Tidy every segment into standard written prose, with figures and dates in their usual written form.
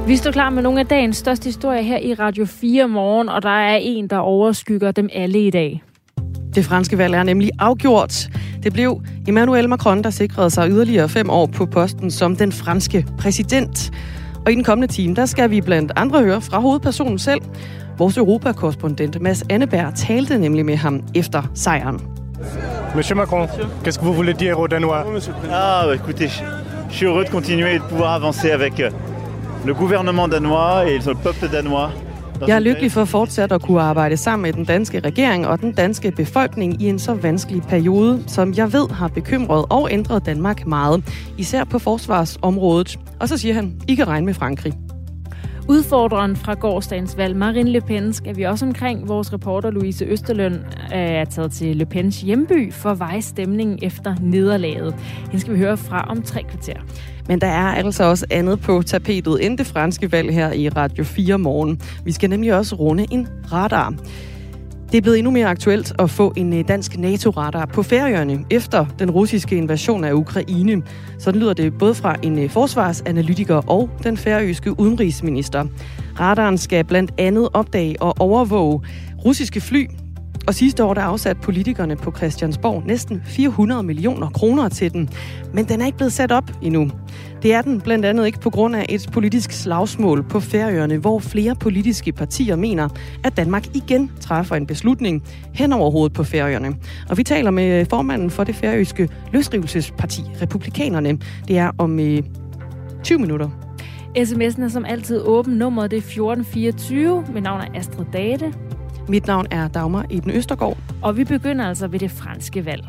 Vi står klar med nogle af dagens største historier her i Radio 4 morgen, og der er en, der overskygger dem alle i dag. Det franske valg er nemlig afgjort. Det blev Emmanuel Macron, der sikrede sig yderligere 5 år på posten som den franske præsident. Og i den kommende time, der skal vi blandt andre høre fra hovedpersonen selv. Vores Europakorrespondent Mads Anneberg talte nemlig med ham efter sejren. Monsieur Macron, qu'est-ce que vous voulez dire aux Danois? Écoutez, je suis heureux de continuer et de pouvoir avancer avec le gouvernement danois et le peuple danois. Jeg er lykkelig for fortsat at kunne arbejde sammen med den danske regering og den danske befolkning i en så vanskelig periode, som jeg ved har bekymret og ændret Danmark meget, især på forsvarsområdet. Og så siger han, I kan regne med Frankrig. Udfordreren fra gårsdagens valg, Marine Le Pen, skal vi også omkring. Vores reporter Louise Østerlund er taget til Le Pens hjemby for at veje stemningen efter nederlaget. Hende skal vi høre fra om 3 kvarter. Men der er altså også andet på tapetet end det franske valg her i Radio 4 morgen. Vi skal nemlig også runde en radar. Det er blevet endnu mere aktuelt at få en dansk NATO-radar på Færøerne efter den russiske invasion af Ukraine. Sådan lyder det både fra en forsvarsanalytiker og den færøske udenrigsminister. Radaren skal blandt andet opdage og overvåge russiske fly. Og sidste år der afsatte politikerne på Christiansborg næsten 400 millioner kroner til den. Men den er ikke blevet sat op endnu. Det er den blandt andet ikke på grund af et politisk slagsmål på Færøerne, hvor flere politiske partier mener, at Danmark igen træffer en beslutning hen over hovedet på Færøerne. Og vi taler med formanden for det færøske løsrivelsesparti, Republikanerne. Det er om 20 minutter. SMS'en er som altid åben. Nummeret det er 1424. Mit navn er Astrid Date. Mit navn er Dagmar Eben Østergaard. Og vi begynder altså ved det franske valg.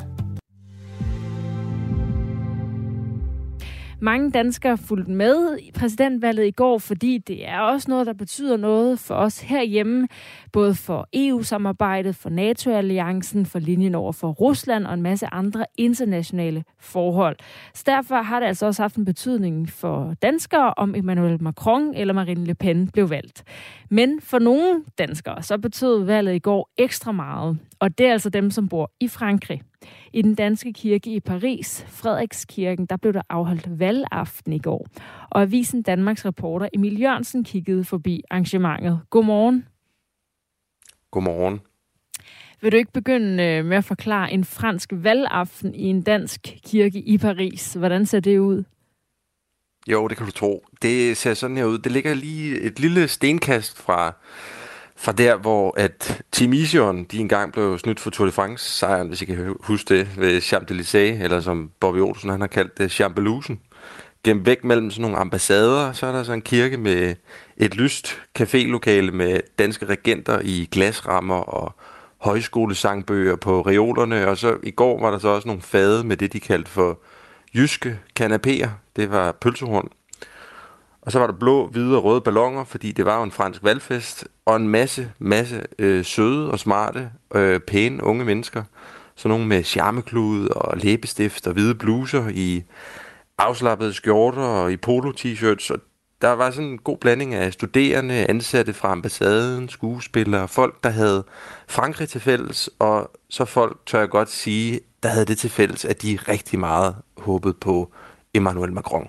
Mange danskere fulgte med i præsidentvalget i går, fordi det er også noget, der betyder noget for os herhjemme. Både for EU-samarbejdet, for NATO-alliancen, for linjen over for Rusland og en masse andre internationale forhold. Så derfor har det altså også haft en betydning for danskere, om Emmanuel Macron eller Marine Le Pen blev valgt. Men for nogle danskere, så betød valget i går ekstra meget. Og det er altså dem, som bor i Frankrig. I den danske kirke i Paris, Frederikskirken, der blev der afholdt valgaften i går. Og avisen Danmarks reporter Emil Jørgensen kiggede forbi arrangementet. Godmorgen. Godmorgen. Vil du ikke begynde med at forklare en fransk valgaften i en dansk kirke i Paris? Hvordan ser det ud? Jo, det kan du tro. Det ser sådan her ud. Det ligger lige et lille stenkast fra der, hvor at Team Ision, de engang blev snydt for Tour de France-sejren, hvis I kan huske det, ved Champs-Élysées, eller som Bobby Olsen han har kaldt det, Champelusen. Gennem væk mellem sådan nogle ambassader, så er der så en kirke med et lyst cafélokale med danske regenter i glasrammer og højskolesangbøger på reolerne, og så i går var der så også nogle fade med det, de kaldte for jyske kanapéer. Det var pølsehorn. Og så var der blå, hvide og røde balloner, fordi det var jo en fransk valgfest, og en masse søde og smarte, pæne unge mennesker. Sådan nogle med charmeklude og læbestift og hvide bluser i afslappede skjorter og i polo-t-shirts. Og der var sådan en god blanding af studerende, ansatte fra ambassaden, skuespillere, folk, der havde Frankrig til fælles, og så folk, tør jeg godt sige, der havde det til fælles, at de rigtig meget håbede på Emmanuel Macron.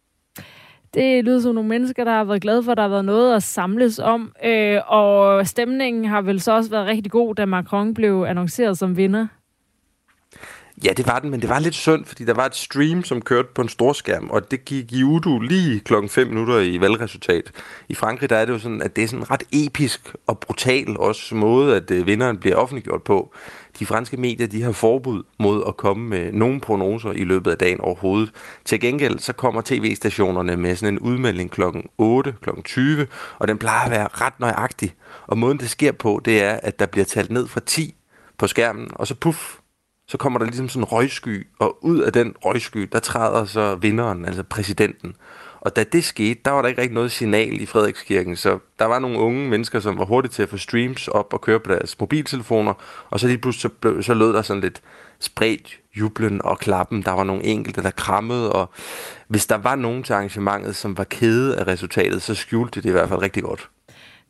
Det lyder som nogle mennesker, der har været glade for, at der har været noget at samles om. Og stemningen har vel så også været rigtig god, da Macron blev annonceret som vinder. Ja, det var den, men det var lidt synd, fordi der var et stream, som kørte på en storskærm, og det gik i udu lige klokken 5 minutter i valgresultat. I Frankrig, der er det jo sådan, at det er sådan ret episk og brutal også måde, at vinderen bliver offentliggjort på. De franske medier, de har forbud mod at komme med nogen prognoser i løbet af dagen overhovedet. Til gengæld, så kommer tv-stationerne med sådan en udmelding klokken 8, klokken 20, og den plejer at være ret nøjagtig. Og måden, det sker på, det er, at der bliver talt ned fra 10 på skærmen, og så puff, så kommer der ligesom sådan en røgsky, og ud af den røgsky, der træder så vinderen, altså præsidenten. Og da det skete, der var der ikke rigtig noget signal i Frederikskirken, så der var nogle unge mennesker, som var hurtige til at få streams op og køre på deres mobiltelefoner, og så lige pludselig så lød der sådan lidt spredt jublen og klappen. Der var nogle enkelte, der krammede, og hvis der var nogen til arrangementet, som var kede af resultatet, så skjulte det i hvert fald rigtig godt.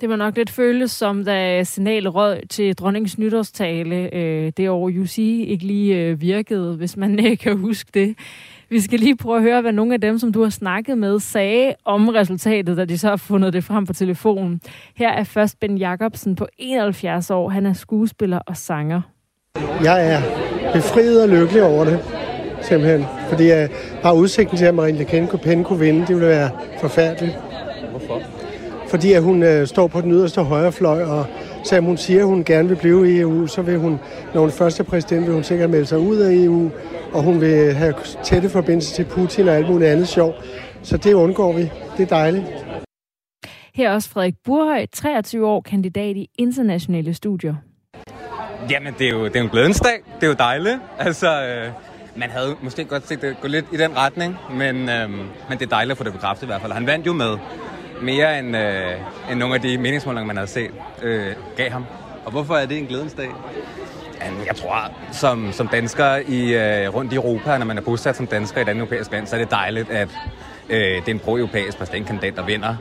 Det var nok lidt føles som, da signalet røg til dronningens nytårstale det år UC ikke lige virkede, hvis man kan huske det. Vi skal lige prøve at høre, hvad nogle af dem, som du har snakket med, sagde om resultatet, da de så har fundet det frem på telefonen. Her er først Ben Jacobsen på 71 år. Han er skuespiller og sanger. Jeg er befriet og lykkelig over det, simpelthen. Fordi jeg har udsigten til, at Marine Le Pen kunne vinde. Det ville være forfærdeligt. Hvorfor? Fordi at hun står på den yderste højre fløj, og selvom hun siger, at hun gerne vil blive i EU, så vil hun, når hun er første præsident, vil hun sikkert melde sig ud af EU, og hun vil have tætte forbindelser til Putin og alt muligt andet sjov. Så det undgår vi. Det er dejligt. Her er også Frederik Burhøj, 23 år, kandidat i internationale studier. Jamen, det er jo en glædens dag. Det er jo dejligt. Altså, man havde måske godt set det gå lidt i den retning, men det er dejligt at få det bekræftet i hvert fald. Han vandt jo med mere end nogle af de meningsmålinger, man havde set, gav ham. Og hvorfor er det en glædens dag? Jeg tror, som dansker rundt i Europa, når man er bosat som dansker i et andet europæisk land, så er det dejligt, at det er en pro-europæisk præsidentkandidat, der vinder.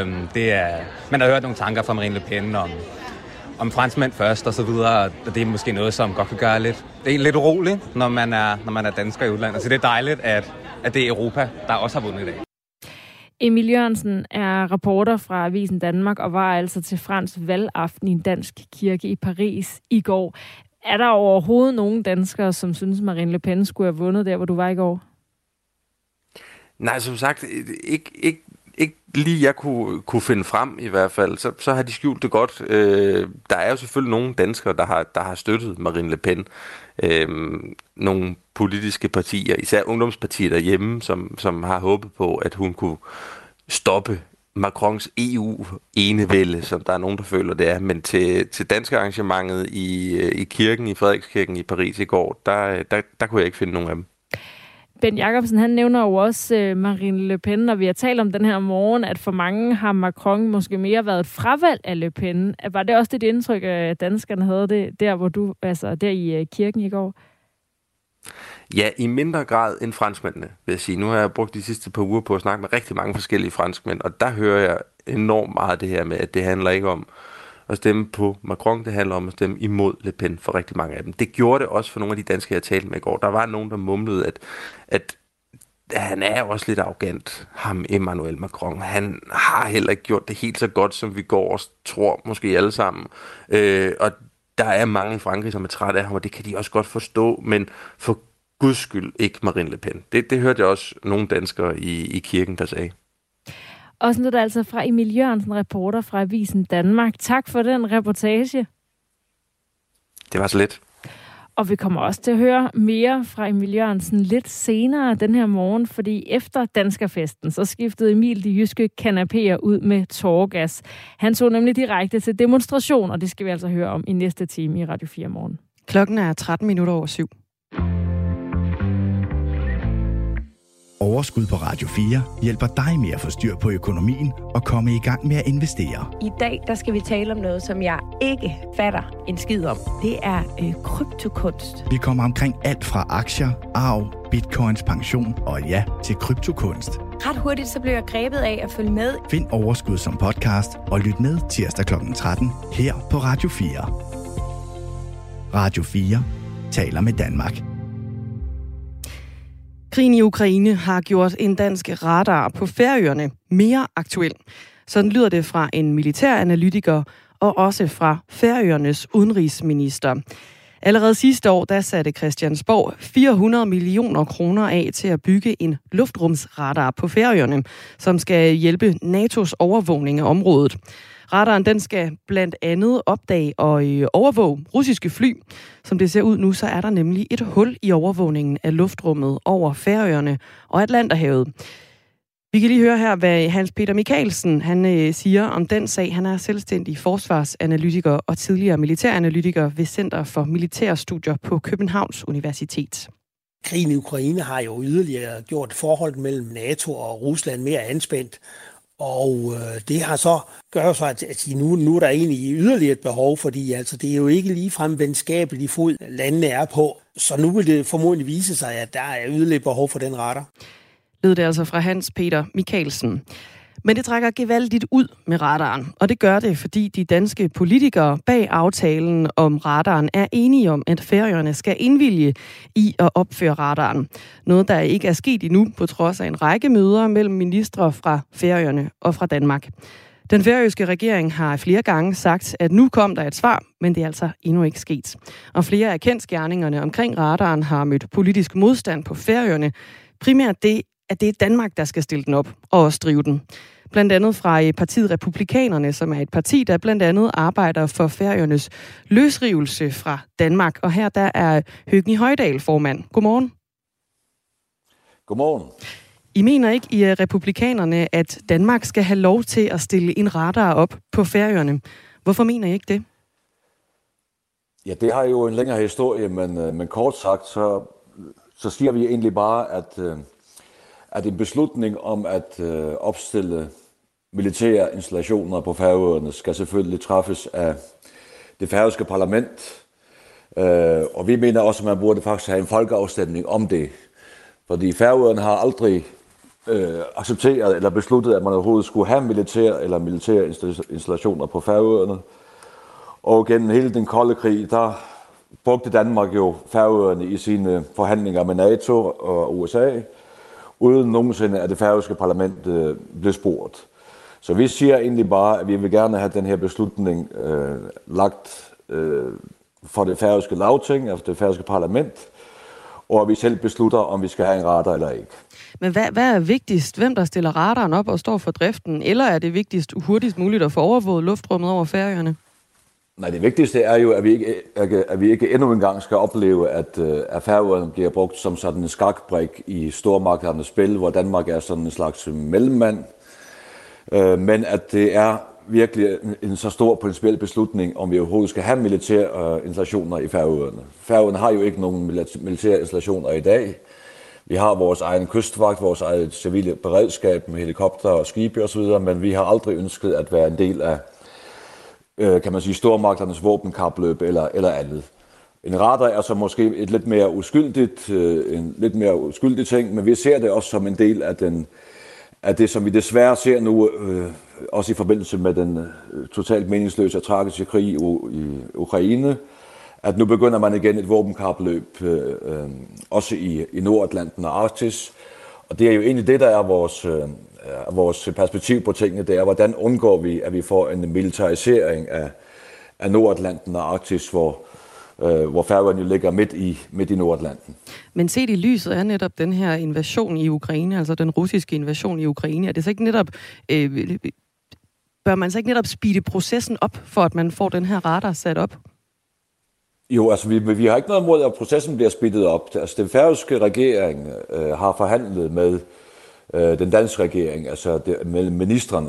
Man har hørt nogle tanker fra Marine Le Pen om franskmænd først og så videre, og det er måske noget, som godt kan gøre lidt uroligt, når man er dansker i udlandet. Så det er dejligt, at det er Europa, der også har vundet i dag. Emil Jørgensen er reporter fra Avisen Danmark og var altså til fransk valgaften i en dansk kirke i Paris i går. Er der overhovedet nogen danskere, som synes, Marine Le Pen skulle have vundet der, hvor du var i går? Nej, som sagt, ikke lige jeg kunne finde frem i hvert fald. Så har de skjult det godt. Der er jo selvfølgelig nogle danskere, der har støttet Marine Le Pen. Nogle politiske partier, især ungdomspartier derhjemme, som har håbet på, at hun kunne stoppe Macrons EU-enevælde, som der er nogen, der føler det er. Men til danske arrangementet i kirken, i Frederikskirken i Paris i går, der kunne jeg ikke finde nogen af dem. Ben Jacobsen, han nævner jo også Marine Le Pen, når vi har talt om den her morgen, at for mange har Macron måske mere været et fravalg af Le Pen. Var det også det indtryk, at danskerne havde det der i kirken i går? Ja, i mindre grad end franskmændene, vil jeg sige. Nu har jeg brugt de sidste par uger på at snakke med rigtig mange forskellige franskmænd, og der hører jeg enormt meget det her med, at det handler ikke om at stemme på Macron, det handler om at stemme imod Le Pen for rigtig mange af dem. Det gjorde det også for nogle af de danskere, jeg talte med i går. Der var nogen, der mumlede, at han er også lidt arrogant, ham Emmanuel Macron. Han har heller ikke gjort det helt så godt, som vi går og tror, måske alle sammen. Og der er mange i Frankrig, som er trætte af ham, og det kan de også godt forstå, men for Guds skyld ikke Marine Le Pen. Det hørte jeg også nogle danskere i kirken, der sagde. Og sådan noget altså fra Emil Jørgensen, reporter fra Avisen Danmark. Tak for den reportage. Det var så lidt. Og vi kommer også til at høre mere fra Emil Jørgensen lidt senere den her morgen, fordi efter danskerfesten, så skiftede Emil de jyske kanapéer ud med tåregas. Han tog nemlig direkte til demonstration, og det skal vi altså høre om i næste time i Radio 4 morgen. Klokken er 7:13. Overskud på Radio 4 hjælper dig med at få styr på økonomien og komme i gang med at investere. I dag der skal vi tale om noget, som jeg ikke fatter en skid om. Det er kryptokunst. Vi kommer omkring alt fra aktier, arv, bitcoins, pension og ja, til kryptokunst. Ret hurtigt så blev jeg grebet af at følge med. Find Overskud som podcast og lyt med tirsdag kl. 13 her på Radio 4. Radio 4 taler med Danmark. Krigen i Ukraine har gjort en dansk radar på Færøerne mere aktuel. Sådan lyder det fra en militæranalytiker og også fra Færøernes udenrigsminister. Allerede sidste år, der satte Christiansborg 400 millioner kroner af til at bygge en luftrumsradar på Færøerne, som skal hjælpe NATO's overvågning af området. Radaren den skal blandt andet opdage og overvåge russiske fly. Som det ser ud nu, så er der nemlig et hul i overvågningen af luftrummet over Færøerne og Atlanterhavet. Vi kan lige høre her, hvad Hans Peter Michaelsen han siger om den sag. Han er selvstændig forsvarsanalytiker og tidligere militæranalytiker ved Center for Militære Studier på Københavns Universitet. Krigen i Ukraine har jo yderligere gjort forholdet mellem NATO og Rusland mere anspændt. Og det har så gør så, at nu er der egentlig yderligere et behov, fordi altså, det er jo ikke ligefrem venskabeligt fod, landene er på. Så nu vil det formodentlig vise sig, at der er yderligere behov for den radar. Lød det altså fra Hans Peter Michaelsen. Men det trækker gevaldigt ud med radaren, og det gør det, fordi de danske politikere bag aftalen om radaren er enige om, at Færøerne skal indvilge i at opføre radaren. Noget, der ikke er sket endnu, på trods af en række møder mellem ministre fra Færøerne og fra Danmark. Den færøske regering har flere gange sagt, at nu kom der et svar, men det er altså endnu ikke sket. Og flere af kendsgerningerne omkring radaren har mødt politisk modstand på Færøerne. Primært det, at det er Danmark, der skal stille den op og også drive den. Blandt andet fra partiet Republikanerne, som er et parti, der blandt andet arbejder for Færøernes løsrivelse fra Danmark. Og her der er Høgni Hoydal formand. Godmorgen. Godmorgen. I mener ikke i Republikanerne, at Danmark skal have lov til at stille en radar op på Færøerne. Hvorfor mener I ikke det? Ja, det har jo en længere historie, men kort sagt, så siger vi egentlig bare, at en beslutning om at opstille militære installationer på Færøerne skal selvfølgelig træffes af det færøske parlament. Og vi mener også, at man burde faktisk have en folkeafstemning om det. Fordi Færøerne har aldrig accepteret eller besluttet, at man overhovedet skulle have militære installationer på Færøerne. Og gennem hele den kolde krig, der brugte Danmark jo Færøerne i sine forhandlinger med NATO og USA, uden nogensinde at det færøske parlament blev spurgt. Så vi siger egentlig bare, at vi vil gerne have den her beslutning lagt for det færøske lagting, altså det færøske parlament, og at vi selv beslutter, om vi skal have en radar eller ikke. Men hvad er vigtigst? Hvem der stiller radaren op og står for driften? Eller er det vigtigst hurtigst muligt at få overvåget luftrummet over Færøerne? Nej, det vigtigste er jo, at vi ikke endnu en gang skal opleve, at Færøerne bliver brugt som sådan en skakbrik i stormagternes spil, hvor Danmark er sådan en slags mellemmand. Men at det er virkelig en så stor principiel beslutning, om vi overhovedet skal have militære installationer i Færøerne. Færøerne har jo ikke nogen militære installationer i dag. Vi har vores egen kystvagt, vores eget civile beredskab med helikopter og skibe osv., men vi har aldrig ønsket at være en del af, kan man sige, stormagternes våbenkapløb eller andet. En radar er så måske et lidt mere uskyldig ting, men vi ser det også som en del af det, som vi desværre ser nu, også i forbindelse med den totalt meningsløse og tragiske krig i Ukraine, at nu begynder man igen et våbenkapløb, også i Nordatlanten og Arktis. Og det er jo egentlig det, der er vores perspektiv på tingene, det er, hvordan undgår vi, at vi får en militarisering af Nordatlanten og Arktis, hvor Færøerne jo ligger midt i Nordatlanten. Men set i lyset af netop den her invasion i Ukraine, altså den russiske invasion i Ukraine, er det så ikke netop, bør man så ikke netop speede processen op, for at man får den her radar sat op? Jo, altså vi har ikke noget imod, at processen bliver speedet op. Altså den færøske regering har forhandlet med den danske regering, altså mellem ministrene.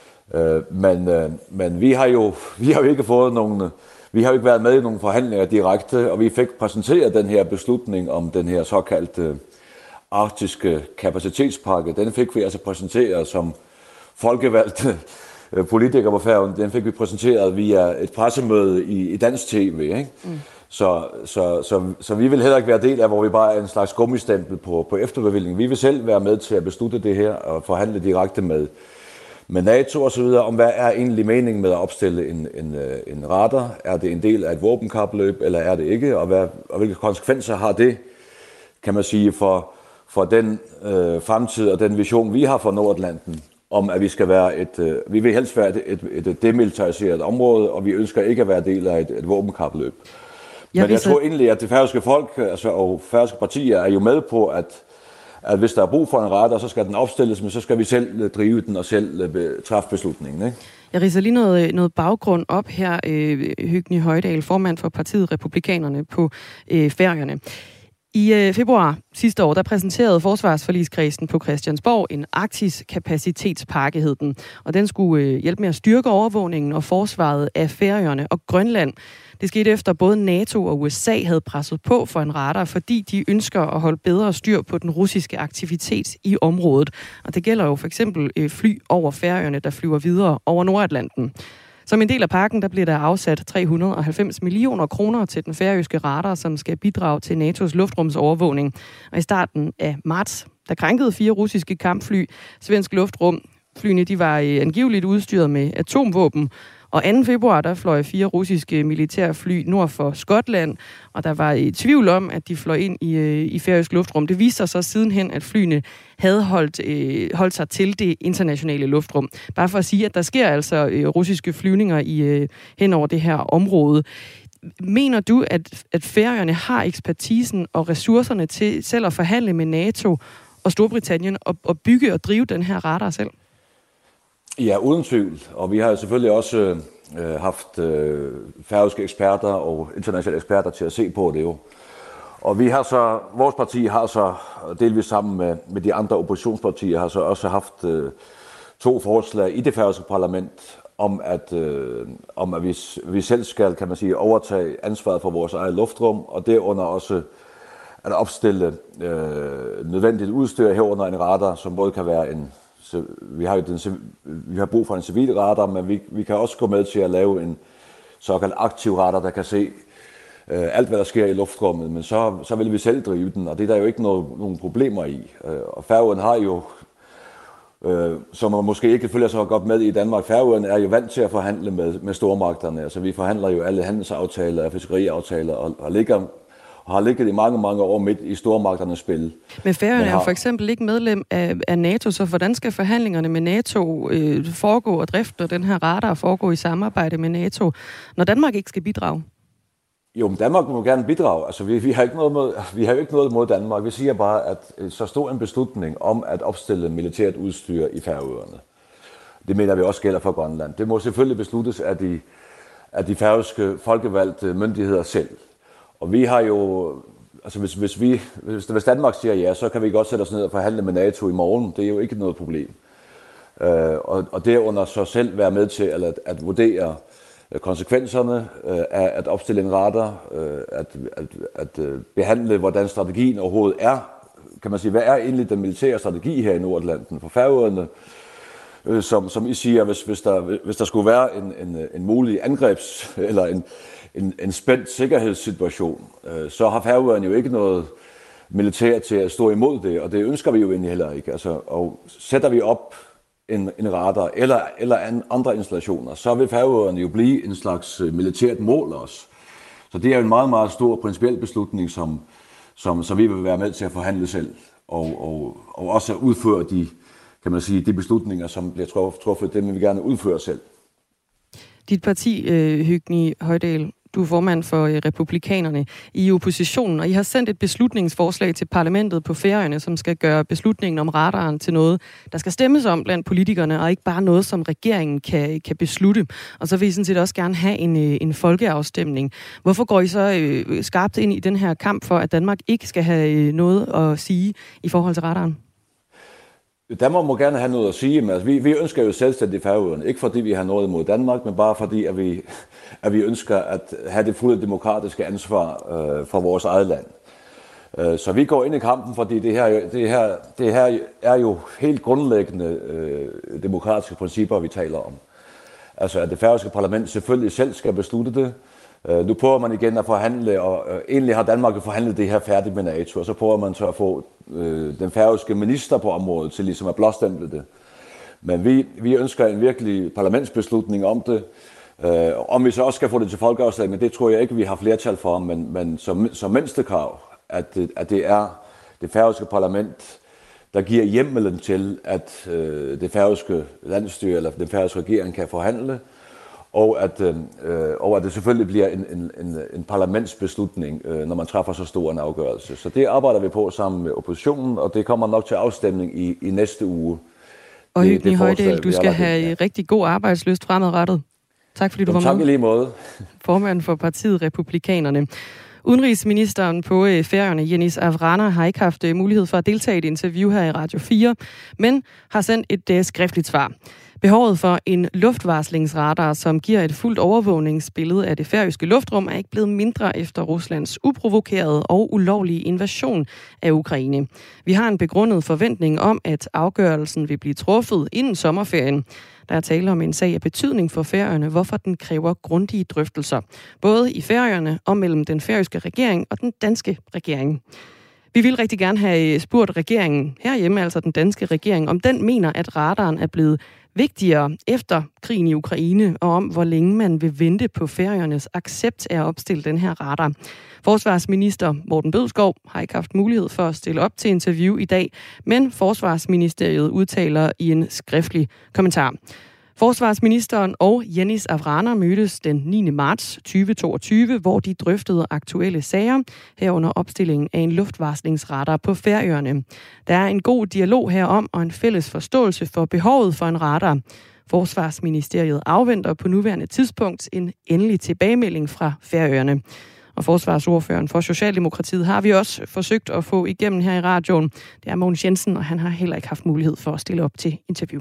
Men vi har jo ikke fået nogen. Vi har jo ikke været med i nogle forhandlinger direkte, og vi fik præsenteret den her beslutning om den her såkaldte arktiske kapacitetspakke. Den fik vi altså præsenteret som folkevalgte politikere på Færøerne. Den fik vi præsenteret via et pressemøde i dansk tv, ikke? Mm. Så vi vil heller ikke være del af, hvor vi bare er en slags gummistempel på efterbevilling. Vi vil selv være med til at beslutte det her og forhandle direkte med NATO og så videre, om hvad er egentlig meningen med at opstille en radar? Er det en del af et våbenkapløb, eller er det ikke? Og hvilke konsekvenser har det, kan man sige, for den fremtid og den vision, vi har for Nordatlanten, om at vi skal være vi vil helst være et demilitariseret område, og vi ønsker ikke at være del af et våbenkapløb. Men jeg tror egentlig, at det færøske folk og færøske partier er jo med på, at hvis der er brug for en radar, så skal den opstilles, men så skal vi selv drive den og selv træffe beslutningen, ikke? Jeg ridser lige noget baggrund op her, Høgni Hoydal, formand for partiet Republikanerne på Færøerne. I februar sidste år, der præsenterede Forsvarsforligskredsen på Christiansborg en Arktis kapacitetspakke, hed den. Og den skulle hjælpe med at styrke overvågningen og forsvaret af Færøerne og Grønland. Det skete efter både NATO og USA havde presset på for en radar, fordi de ønsker at holde bedre styr på den russiske aktivitet i området. Og det gælder jo for eksempel fly over Færøerne, der flyver videre over Nordatlanten. Som en del af pakken, der bliver der afsat 390 millioner kroner til den færøske radar, som skal bidrage til NATO's luftrumsovervågning. Og i starten af marts, der krænkede 4 russiske kampfly svensk luftrum Flyene de var angiveligt udstyret med atomvåben. Og 2. februar, der fløj 4 russiske militærfly nord for Skotland, og der var i tvivl om, at de fløj ind i færøsk luftrum. Det viste sig så sidenhen, at flyene havde holdt sig til det internationale luftrum. Bare for at sige, at der sker altså russiske flyvninger hen over det her område. Mener du, at Færøerne har ekspertisen og ressourcerne til selv at forhandle med NATO og Storbritannien og bygge og drive den her radar selv? Ja, uden tvivl. Og vi har selvfølgelig også haft færøske eksperter og internationale eksperter til at se på det jo. Og vi har så, vores parti har så delvis sammen med de andre oppositionspartier, har så også haft 2 forslag i det færøske parlament om at vi selv skal, kan man sige, overtage ansvaret for vores eget luftrum, og derunder også at opstille nødvendigt udstyr herunder en radar, som både kan være en vi har brug for en civil radar, men vi kan også gå med til at lave en såkaldt aktiv radar, der kan se alt, hvad der sker i luftrummet, men så vil vi selv drive den, og det er der jo ikke nogen problemer i. Og Færøerne har jo, som man måske ikke følger så godt med i Danmark, Færøerne er jo vant til at forhandle med stormagterne. Altså vi forhandler jo alle handelsaftaler og fiskeriaftaler og har ligget i mange, mange år midt i stormagternes spil. Men Færøerne er for eksempel ikke medlem af NATO, så hvordan skal forhandlingerne med NATO foregå og drifte, og den her radar foregå i samarbejde med NATO, når Danmark ikke skal bidrage? Jo, men Danmark må gerne bidrage. Altså, vi har jo ikke noget mod Danmark. Vi siger bare, at så stor en beslutning om at opstille militært udstyr i Færøerne. Det mener vi også gælder for Grønland. Det må selvfølgelig besluttes af de færøske folkevalgte myndigheder selv. Og vi har jo, altså hvis Danmark siger ja, så kan vi godt sætte os ned og forhandle med NATO i morgen. Det er jo ikke noget problem. Og derunder så selv være med til at vurdere konsekvenserne af at opstille en radar, at behandle, hvordan strategien overhovedet er. Kan man sige, hvad er egentlig den militære strategi her i Nordatlanten for Færøerne? Som I siger, hvis der skulle være en mulig angrebs- eller en spændt sikkerhedssituation, så har Færøerne jo ikke noget militær til at stå imod det, og det ønsker vi jo egentlig heller ikke. Altså, og sætter vi op en radar eller andre installationer, så vil Færøerne jo blive en slags militært mål også. Så det er jo en meget, meget stor principiel beslutning, som vi vil være med til at forhandle selv, og også at udføre de beslutninger, som bliver truffet, dem vil vi gerne udføre selv. Dit parti, Høgni Hoydal, du er formand for Republikanerne i oppositionen, og I har sendt et beslutningsforslag til parlamentet på Færøerne, som skal gøre beslutningen om radaren til noget, der skal stemmes om blandt politikerne, og ikke bare noget, som regeringen kan beslutte. Og så vil I sådan set også gerne have en folkeafstemning. Hvorfor går I så skarpt ind i den her kamp for, at Danmark ikke skal have noget at sige i forhold til radaren? Danmark må gerne have noget at sige, men altså, vi ønsker jo selvstændigt Færøerne. Ikke fordi vi har noget imod Danmark, men bare fordi, at vi ønsker at have det fulde demokratiske ansvar for vores eget land. Så vi går ind i kampen, fordi det her er jo helt grundlæggende demokratiske principper, vi taler om. Altså at det færøske parlament selvfølgelig selv skal beslutte det. Nu prøver man igen at forhandle, og egentlig har Danmark jo forhandlet det her færdigt med NATO, og så prøver man så at få den færøske minister på området til ligesom at blåstemple det. Men vi ønsker en virkelig parlamentsbeslutning om det. Om vi så også skal få det til folkeafstemning, det tror jeg ikke, vi har flertal for, men som mindstekrav, at det er det færøske parlament, der giver hjemmelen til, at det færøske landsstyre eller den færøske regering kan forhandle, og at det selvfølgelig bliver en parlamentsbeslutning, når man træffer så stor en afgørelse. Så det arbejder vi på sammen med oppositionen, og det kommer nok til afstemning i næste uge. Og Høgni Hoydal, du skal have rigtig god arbejdslyst fremadrettet. Tak fordi du var med. Tak i lige måde. Formand for partiet Republikanerne. Udenrigsministeren på Færøerne, Jenis av Rana, har ikke haft mulighed for at deltage i et interview her i Radio 4, men har sendt et skriftligt svar. Behovet for en luftvarslingsradar, som giver et fuldt overvågningsbillede af det færøske luftrum, er ikke blevet mindre efter Ruslands uprovokerede og ulovlige invasion af Ukraine. Vi har en begrundet forventning om, at afgørelsen vil blive truffet inden sommerferien. Der er tale om en sag af betydning for Færøerne, hvorfor den kræver grundige drøftelser, både i Færøerne og mellem den færøske regering og den danske regering. Vi vil rigtig gerne have spurgt regeringen herhjemme, altså den danske regering, om den mener, at radaren er blevet vigtigere efter krigen i Ukraine, og om hvor længe man vil vente på Færøernes accept af at opstille den her radar. Forsvarsminister Morten Bødskov har ikke haft mulighed for at stille op til interview i dag, men Forsvarsministeriet udtaler i en skriftlig kommentar. Forsvarsministeren og Jenis av Rana mødtes den 9. marts 2022, hvor de drøftede aktuelle sager, herunder opstillingen af en luftvarslingsradar på Færøerne. Der er en god dialog herom og en fælles forståelse for behovet for en radar. Forsvarsministeriet afventer på nuværende tidspunkt en endelig tilbagemelding fra Færøerne. Og forsvarsordføreren for Socialdemokratiet har vi også forsøgt at få igennem her i radioen. Det er Mogens Jensen, og han har heller ikke haft mulighed for at stille op til interview.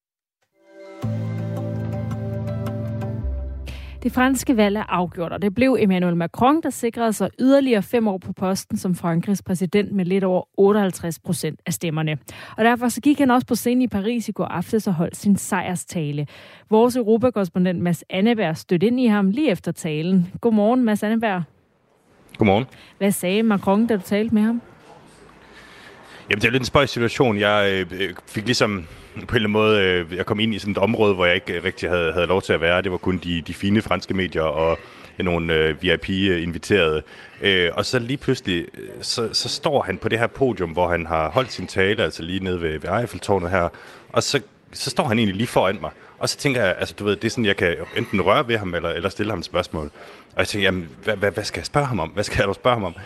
Det franske valg er afgjort, og det blev Emmanuel Macron, der sikrede sig yderligere 5 år på posten som Frankrigs præsident med lidt over 58% af stemmerne. Og derfor så gik han også på scenen i Paris i går aftes og holdt sin sejrstale. Vores europakorrespondent Mads Anneberg stødte ind i ham lige efter talen. Godmorgen, Mads Anneberg. Godmorgen. Hvad sagde Macron, da du talte med ham? Jamen, det er lidt en spøjs situation. Jeg fik ligesom på en eller anden måde, jeg kom ind i sådan et område, hvor jeg ikke rigtig havde lov til at være. Det var kun de fine franske medier og nogle VIP-inviterede. Og så lige pludselig, så står han på det her podium, hvor han har holdt sin tale, altså lige nede ved Eiffeltårnet her, og så står han egentlig lige foran mig. Og så tænker jeg, altså du ved, det er sådan, jeg kan enten røre ved ham, eller stille ham et spørgsmål. Og jeg tænker, jamen, hvad skal jeg spørge ham om? Hvad skal jeg dog spørge ham om?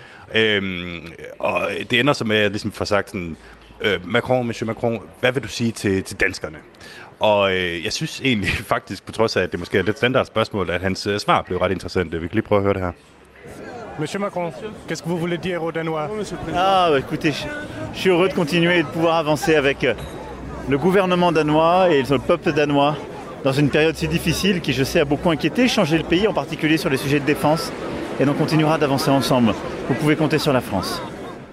Og det ender så med, at jeg ligesom får sagt sådan, Monsieur Macron, hvad vil du sige til danskerne? Og jeg synes egentlig faktisk, på trods af, at det måske er et lidt standard spørgsmål, at hans svar blev ret interessant. Vi kan lige prøve at høre det her. Monsieur Macron, qu'est-ce que vous voulez dire aux Danois? Écoutez, je suis heureux de continuer et de pouvoir avancer avec le gouvernement danois et le peuple danois dans une période si difficile qui, je sais, a beaucoup inquiété, changé le pays, en particulier sur les sujets de défense, et donc continuera d'avancer ensemble. Vous pouvez compter sur la France.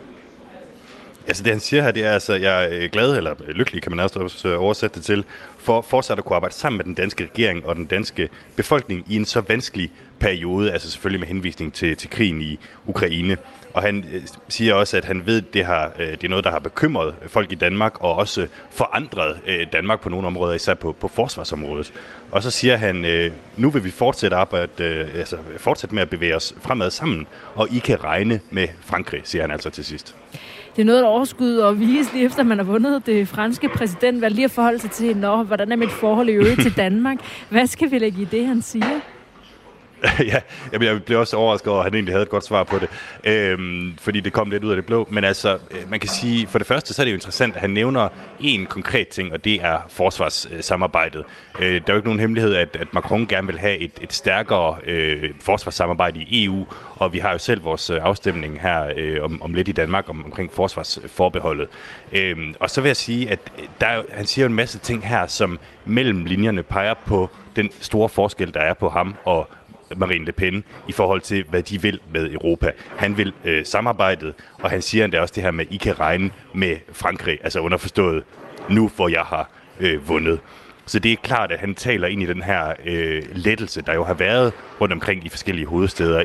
Altså det han siger her, det er altså, jeg er glad, eller lykkelig kan man også oversætte det til, for fortsat at kunne arbejde sammen med den danske regering og den danske befolkning i en så vanskelig periode, altså selvfølgelig med henvisning til krigen i Ukraine. Og han siger også, at han ved, at det er noget, der har bekymret folk i Danmark, og også forandret Danmark på nogle områder, især på forsvarsområdet. Og så siger han, nu vil vi fortsætte med at bevæge os fremad sammen, og I kan regne med Frankrig, siger han altså til sidst. Det er noget, der overskud og vise lige efter, man har vundet det franske præsidentvalg, lige at forholde sig til, hvordan er mit forhold i øvrigt til Danmark? Hvad skal vi lægge i det, han siger? Ja, jeg blev også overrasket over, at han egentlig havde et godt svar på det, fordi det kom lidt ud af det blå. Men altså, man kan sige, for det første, så er det jo interessant, at han nævner en konkret ting, og det er forsvarssamarbejdet. Der er jo ikke nogen hemmelighed, at Macron gerne vil have et stærkere forsvarssamarbejde i EU, og vi har jo selv vores afstemning her om lidt i Danmark omkring forsvarsforbeholdet. Og så vil jeg sige, at han siger jo en masse ting her, som mellem linjerne peger på den store forskel, der er på ham og Marine Le Pen i forhold til, hvad de vil med Europa. Han vil samarbejdet, og han siger endda også det her med, at I kan regne med Frankrig, altså underforstået nu, hvor jeg har vundet. Så det er klart, at han taler ind i den her lettelse, der jo har været rundt omkring i forskellige hovedsteder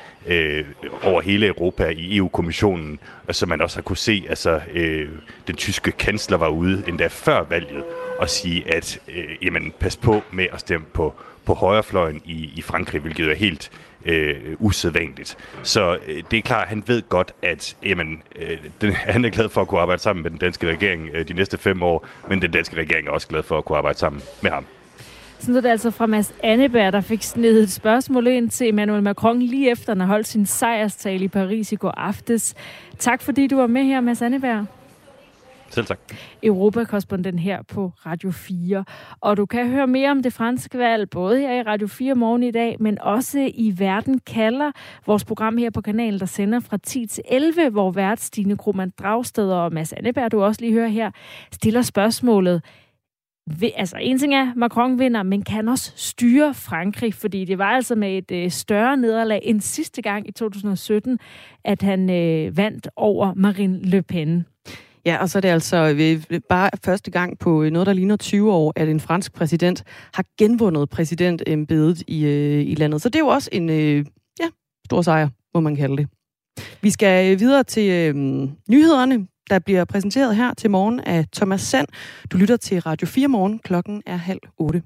over hele Europa i EU-kommissionen, som man også har kunne se, altså den tyske kansler var ude endda før valget og sige, at jamen, pas på med at stemme på højrefløjen i Frankrig, hvilket er helt usædvanligt. Så det er klart, at han ved godt, at han er glad for at kunne arbejde sammen med den danske regering de næste 5 år, men den danske regering er også glad for at kunne arbejde sammen med ham. Sådan er det altså fra Mads Anneberg, der fik snedet et spørgsmål ind til Emmanuel Macron lige efter, han har holdt sin sejrstale i Paris i går aftes. Tak fordi du var med her, Mads Anneberg. Selv tak. Europakorrespondent her på Radio 4. Og du kan høre mere om det franske valg, både her i Radio 4 morgen i dag, men også i Verden kalder, vores program her på kanalen, der sender fra 10 til 11, hvor vært Stine Krohmann Dragsted og Mads Anneberg, du også lige hører her, stiller spørgsmålet. Altså en ting er, Macron vinder, men kan også styre Frankrig, fordi det var altså med et større nederlag end sidste gang i 2017, at han vandt over Marine Le Pen. Ja, og så er det altså bare første gang på noget, der ligner 20 år, at en fransk præsident har genvundet præsidentembedet i landet. Så det er jo også en stor sejr, må man kalde det. Vi skal videre til nyhederne, der bliver præsenteret her til morgen af Thomas Sand. Du lytter til Radio 4 morgen. Klokken er 7:30.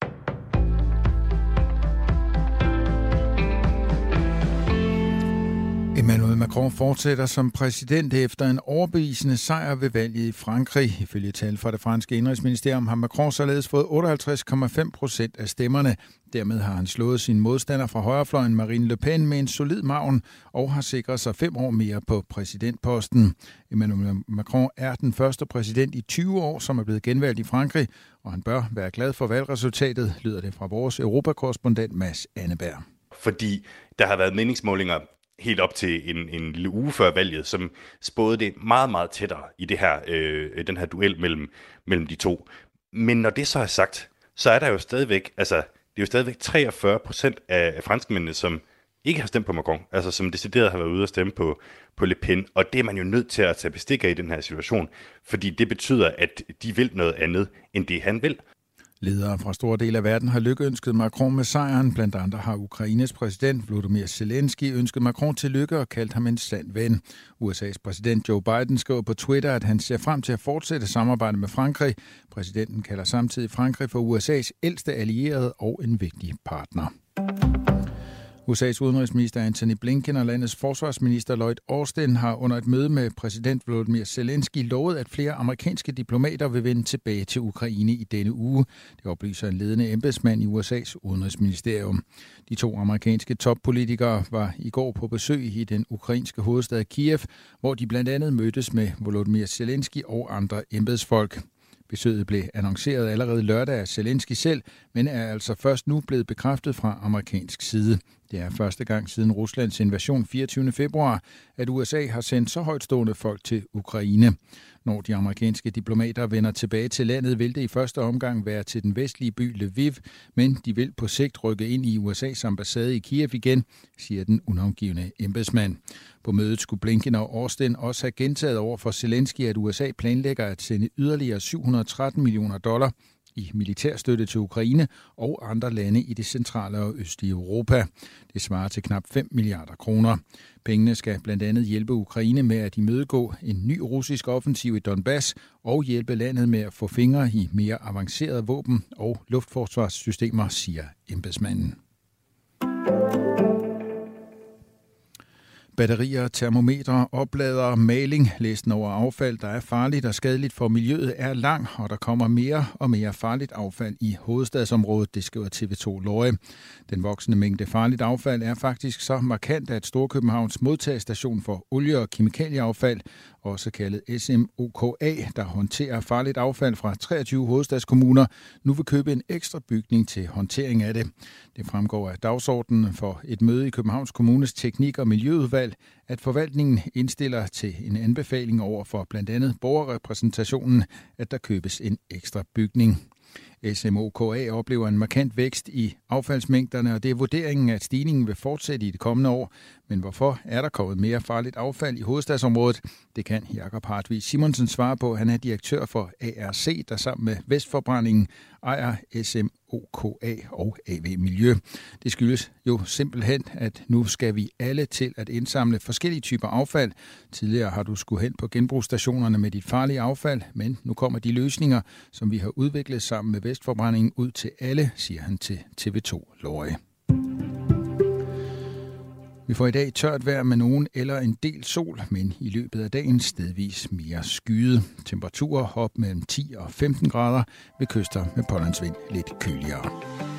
Emmanuel Macron fortsætter som præsident efter en overbevisende sejr ved valget i Frankrig. Ifølge tal fra det franske indrigsministerium har Macron således fået 58,5% af stemmerne. Dermed har han slået sin modstander fra højrefløjen Marine Le Pen med en solid margen og har sikret sig 5 år mere på præsidentposten. Emmanuel Macron er den første præsident i 20 år, som er blevet genvalgt i Frankrig, og han bør være glad for valgresultatet, lyder det fra vores europakorrespondent Mads Anneberg. Fordi der har været meningsmålinger helt op til en lille uge før valget, som spåede det meget, meget tættere i det her, den her duel mellem de to. Men når det så er sagt, så er der jo stadigvæk, det er jo stadigvæk 43% af franskmændene, som ikke har stemt på Macron, altså som decideret har været ude at stemme på Le Pen, og det er man jo nødt til at tage bestik af i den her situation, fordi det betyder, at de vil noget andet, end det han vil. Ledere fra store dele af verden har lykkeønsket Macron med sejren. Blandt andre har Ukraines præsident Volodymyr Zelensky ønsket Macron til lykke og kaldt ham en sand ven. USA's præsident Joe Biden skriver på Twitter, at han ser frem til at fortsætte samarbejdet med Frankrig. Præsidenten kalder samtidig Frankrig for USA's ældste allierede og en vigtig partner. USA's udenrigsminister Antony Blinken og landets forsvarsminister Lloyd Austin har under et møde med præsident Volodymyr Zelensky lovet, at flere amerikanske diplomater vil vende tilbage til Ukraine i denne uge. Det oplyser en ledende embedsmand i USA's udenrigsministerium. De 2 amerikanske toppolitikere var i går på besøg i den ukrainske hovedstad Kiev, hvor de blandt andet mødtes med Volodymyr Zelensky og andre embedsfolk. Besøget blev annonceret allerede lørdag af Zelensky selv, men er altså først nu blevet bekræftet fra amerikansk side. Det er første gang siden Ruslands invasion 24. februar, at USA har sendt så højtstående folk til Ukraine. Når de amerikanske diplomater vender tilbage til landet, vil det i første omgang være til den vestlige by Lviv, men de vil på sigt rykke ind i USA's ambassade i Kiev igen, siger den unavngivne embedsmand. På mødet skulle Blinken og Austin også have gentaget over for Zelensky, at USA planlægger at sende yderligere $713 millioner i militærstøtte til Ukraine og andre lande i det centrale og østlige Europa. Det svarer til knap 5 milliarder kroner. Pengene skal blandt andet hjælpe Ukraine med at imødegå en ny russisk offensiv i Donbass og hjælpe landet med at få fingre i mere avancerede våben og luftforsvarssystemer, siger embedsmanden. Batterier, termometre, opladere, maling, listen over affald, der er farligt og skadeligt for miljøet, er lang, og der kommer mere og mere farligt affald i hovedstadsområdet, det skriver TV2 Løje. Den voksende mængde farligt affald er faktisk så markant, at Storkøbenhavns modtagestation for olie- og kemikalieaffald, også kaldet SMOKA, der håndterer farligt affald fra 23 hovedstadskommuner, nu vil købe en ekstra bygning til håndtering af det. Det fremgår af dagsordenen for et møde i Københavns Kommunes teknik- og miljøudvalg, at forvaltningen indstiller til en anbefaling over for blandt andet borgerrepræsentationen, at der købes en ekstra bygning. SMOKA oplever en markant vækst i affaldsmængderne, og det er vurderingen, at stigningen vil fortsætte i det kommende år. Men hvorfor er der kommet mere farligt affald i hovedstadsområdet? Det kan Jakob Hartvig Simonsen svare på. Han er direktør for ARC, der sammen med Vestforbrændingen ejer SMOKA og AV Miljø. Det skyldes jo simpelthen, at nu skal vi alle til at indsamle forskellige typer affald. Tidligere har du skulle hen på genbrugsstationerne med dit farlige affald, men nu kommer de løsninger, som vi har udviklet sammen med Vestforbrændingen ud til alle, siger han til TV2 Løje. Vi får i dag tørt vejr med nogen eller en del sol, men i løbet af dagen stedvis mere skyet. Temperaturer op mellem 10 og 15 grader, ved kyster med pålandsvind lidt køligere.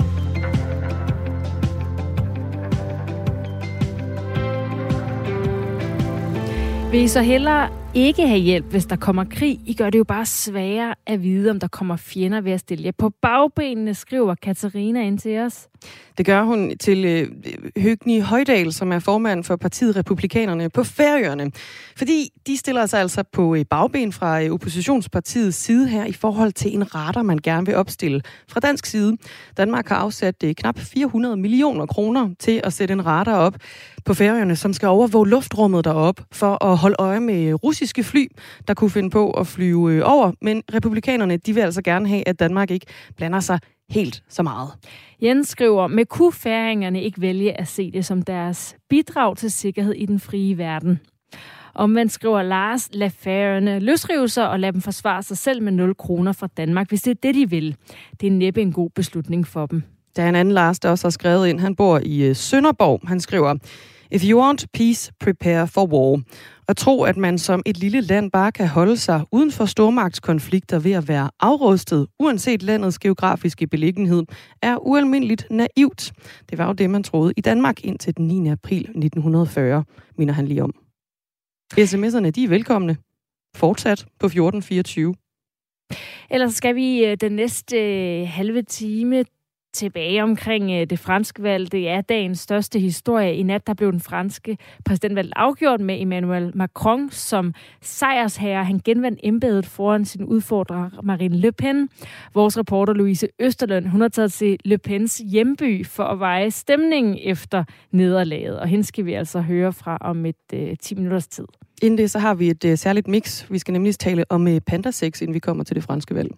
Vil I så hellere ikke have hjælp, hvis der kommer krig? I gør det jo bare sværere at vide, om der kommer fjender ved at stille jer på bagbenene, skriver Katarina ind til os. Det gør hun til Høgni Højdal, som er formand for partiet Republikanerne på Færøerne. Fordi de stiller sig altså på bagben fra oppositionspartiets side her i forhold til en radar, man gerne vil opstille fra dansk side. Danmark har afsat knap 400 millioner kroner til at sætte en radar op på Færøerne, som skal overvåge luftrummet derop for at holde øje med russisk russiske fly, der kunne finde på at flyve over. Men republikanerne, de vil altså gerne have, at Danmark ikke blander sig helt så meget. Jens skriver, med kunne færingerne ikke vælge at se det som deres bidrag til sikkerhed i den frie verden. Og man skriver, Lars, lad færøerne løsrive sig og lad dem forsvare sig selv med 0 kroner fra Danmark, hvis det er det, de vil. Det er næppe en god beslutning for dem. Der er en anden Lars, der også har skrevet ind. Han bor i Sønderborg. Han skriver, if you want peace, prepare for war. Og tro, at man som et lille land bare kan holde sig uden for stormagtskonflikter ved at være afrustet, uanset landets geografiske beliggenhed, er ualmindeligt naivt. Det var jo det, man troede i Danmark indtil den 9. april 1940, minder han lige om. SMS'erne, de er velkomne. Fortsat på 1424. Ellers skal vi den næste halve time tilbage omkring det franske valg. Det er dagens største historie. I nat der blev den franske præsidentvalg afgjort med Emmanuel Macron som sejrsherre. Han genvandt embedet foran sin udfordrer Marine Le Pen. Vores reporter Louise Østerlund, hun har taget til Le Pens hjemby for at veje stemningen efter nederlaget. Og hende skal vi altså høre fra om et 10 minutters tid. Inden det, så har vi et særligt mix. Vi skal nemlig tale om pandasex, inden vi kommer til det franske valg.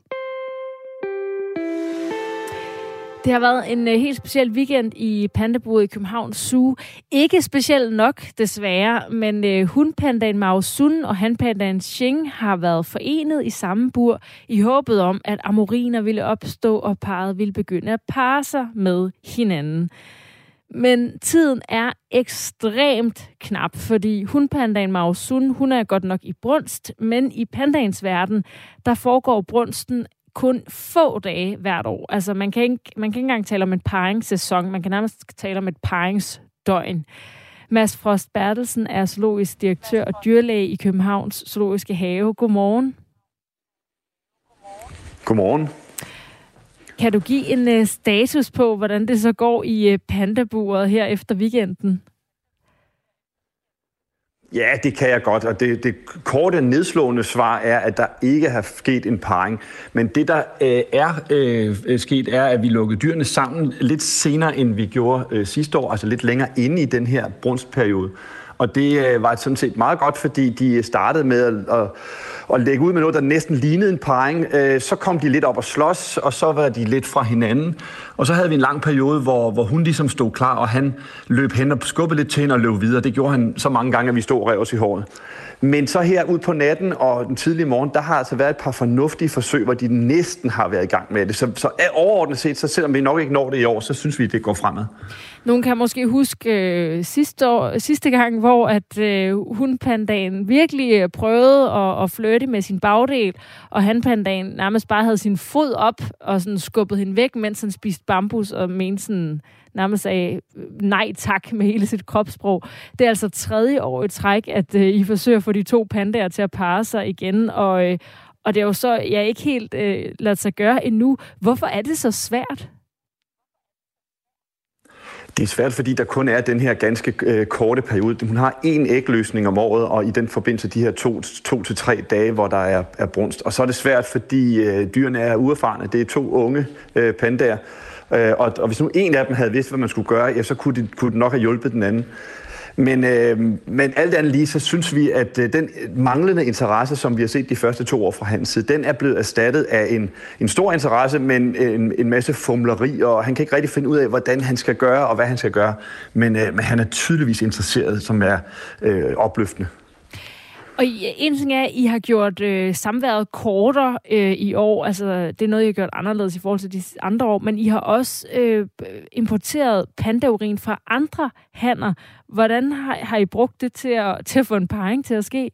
Det har været en helt speciel weekend i pandaburet i København Zoo. Ikke speciel nok, desværre, men hunpandaen Mao Sun og hanpandaen Xing har været forenet i samme bur i håbet om, at amoriner ville opstå og parret ville begynde at parre sig med hinanden. Men tiden er ekstremt knap, fordi hunpandaen Mao Sun, hun er godt nok i brunst, men i pandaens verden, der foregår brunsten kun få dage hvert år. Altså, man kan ikke engang tale om en parringssæson. Man kan nærmest tale om et parringsdøgn. Mads Frost Bertelsen er zoologisk direktør og dyrlæge i Københavns Zoologiske Have. Godmorgen. Godmorgen. Kan du give en status på, hvordan det så går i pandaburet her efter weekenden? Ja, det kan jeg godt, og det korte nedslående svar er, at der ikke har sket en parring. Men det, der er sket, er, at vi lukkede dyrene sammen lidt senere, end vi gjorde sidste år, altså lidt længere inde i den her brunstperiode. Og det var sådan set meget godt, fordi de startede med at lægge ud med noget, der næsten lignede en parring. Så kom de lidt op og slås, og så var de lidt fra hinanden. Og så havde vi en lang periode, hvor hun ligesom stod klar, og han løb hen og skubbede lidt til hende og løb videre. Det gjorde han så mange gange, at vi stod og rev os i håret. Men så her ud på natten og den tidlige morgen, der har altså været et par fornuftige forsøg, hvor de næsten har været i gang med det. Så overordnet set, så selvom vi nok ikke når det i år, så synes vi, det går fremad. Nogen kan måske huske sidste gang, hvor at hunpandaen virkelig prøvede at flirte med sin bagdel, og hanpandaen nærmest bare havde sin fod op og sådan skubbede hende væk, mens han spiste bambus og mente sådan, nærmest sagde nej tak med hele sit kropssprog. Det er altså 3. år i træk, at I forsøger at få de to pandaer til at parre sig igen, og det er jo så ikke helt ladet sig gøre endnu. Hvorfor er det så svært? Det er svært, fordi der kun er den her ganske korte periode. Hun har 1 ægløsning om året, og i den forbindelse de her 2 til 3 dage, hvor der er brunst. Og så er det svært, fordi dyrene er uerfarne. Det er 2 unge pandaer. Og hvis nu en af dem havde vidst, hvad man skulle gøre, ja, så kunne det nok have hjulpet den anden. Men alt andet lige, så synes vi, at den manglende interesse, som vi har set de første 2 år fra hans side, den er blevet erstattet af en stor interesse, men en masse fumleri, og han kan ikke rigtig finde ud af, hvordan han skal gøre, og hvad han skal gøre. Men han er tydeligvis interesseret, som er opløftende. Og en ting er, at I har gjort samværet kortere i år. Altså, det er noget, I har gjort anderledes i forhold til de andre år. Men I har også importeret pandaurin fra andre hanner. Hvordan har I brugt det til at få en parring til at ske?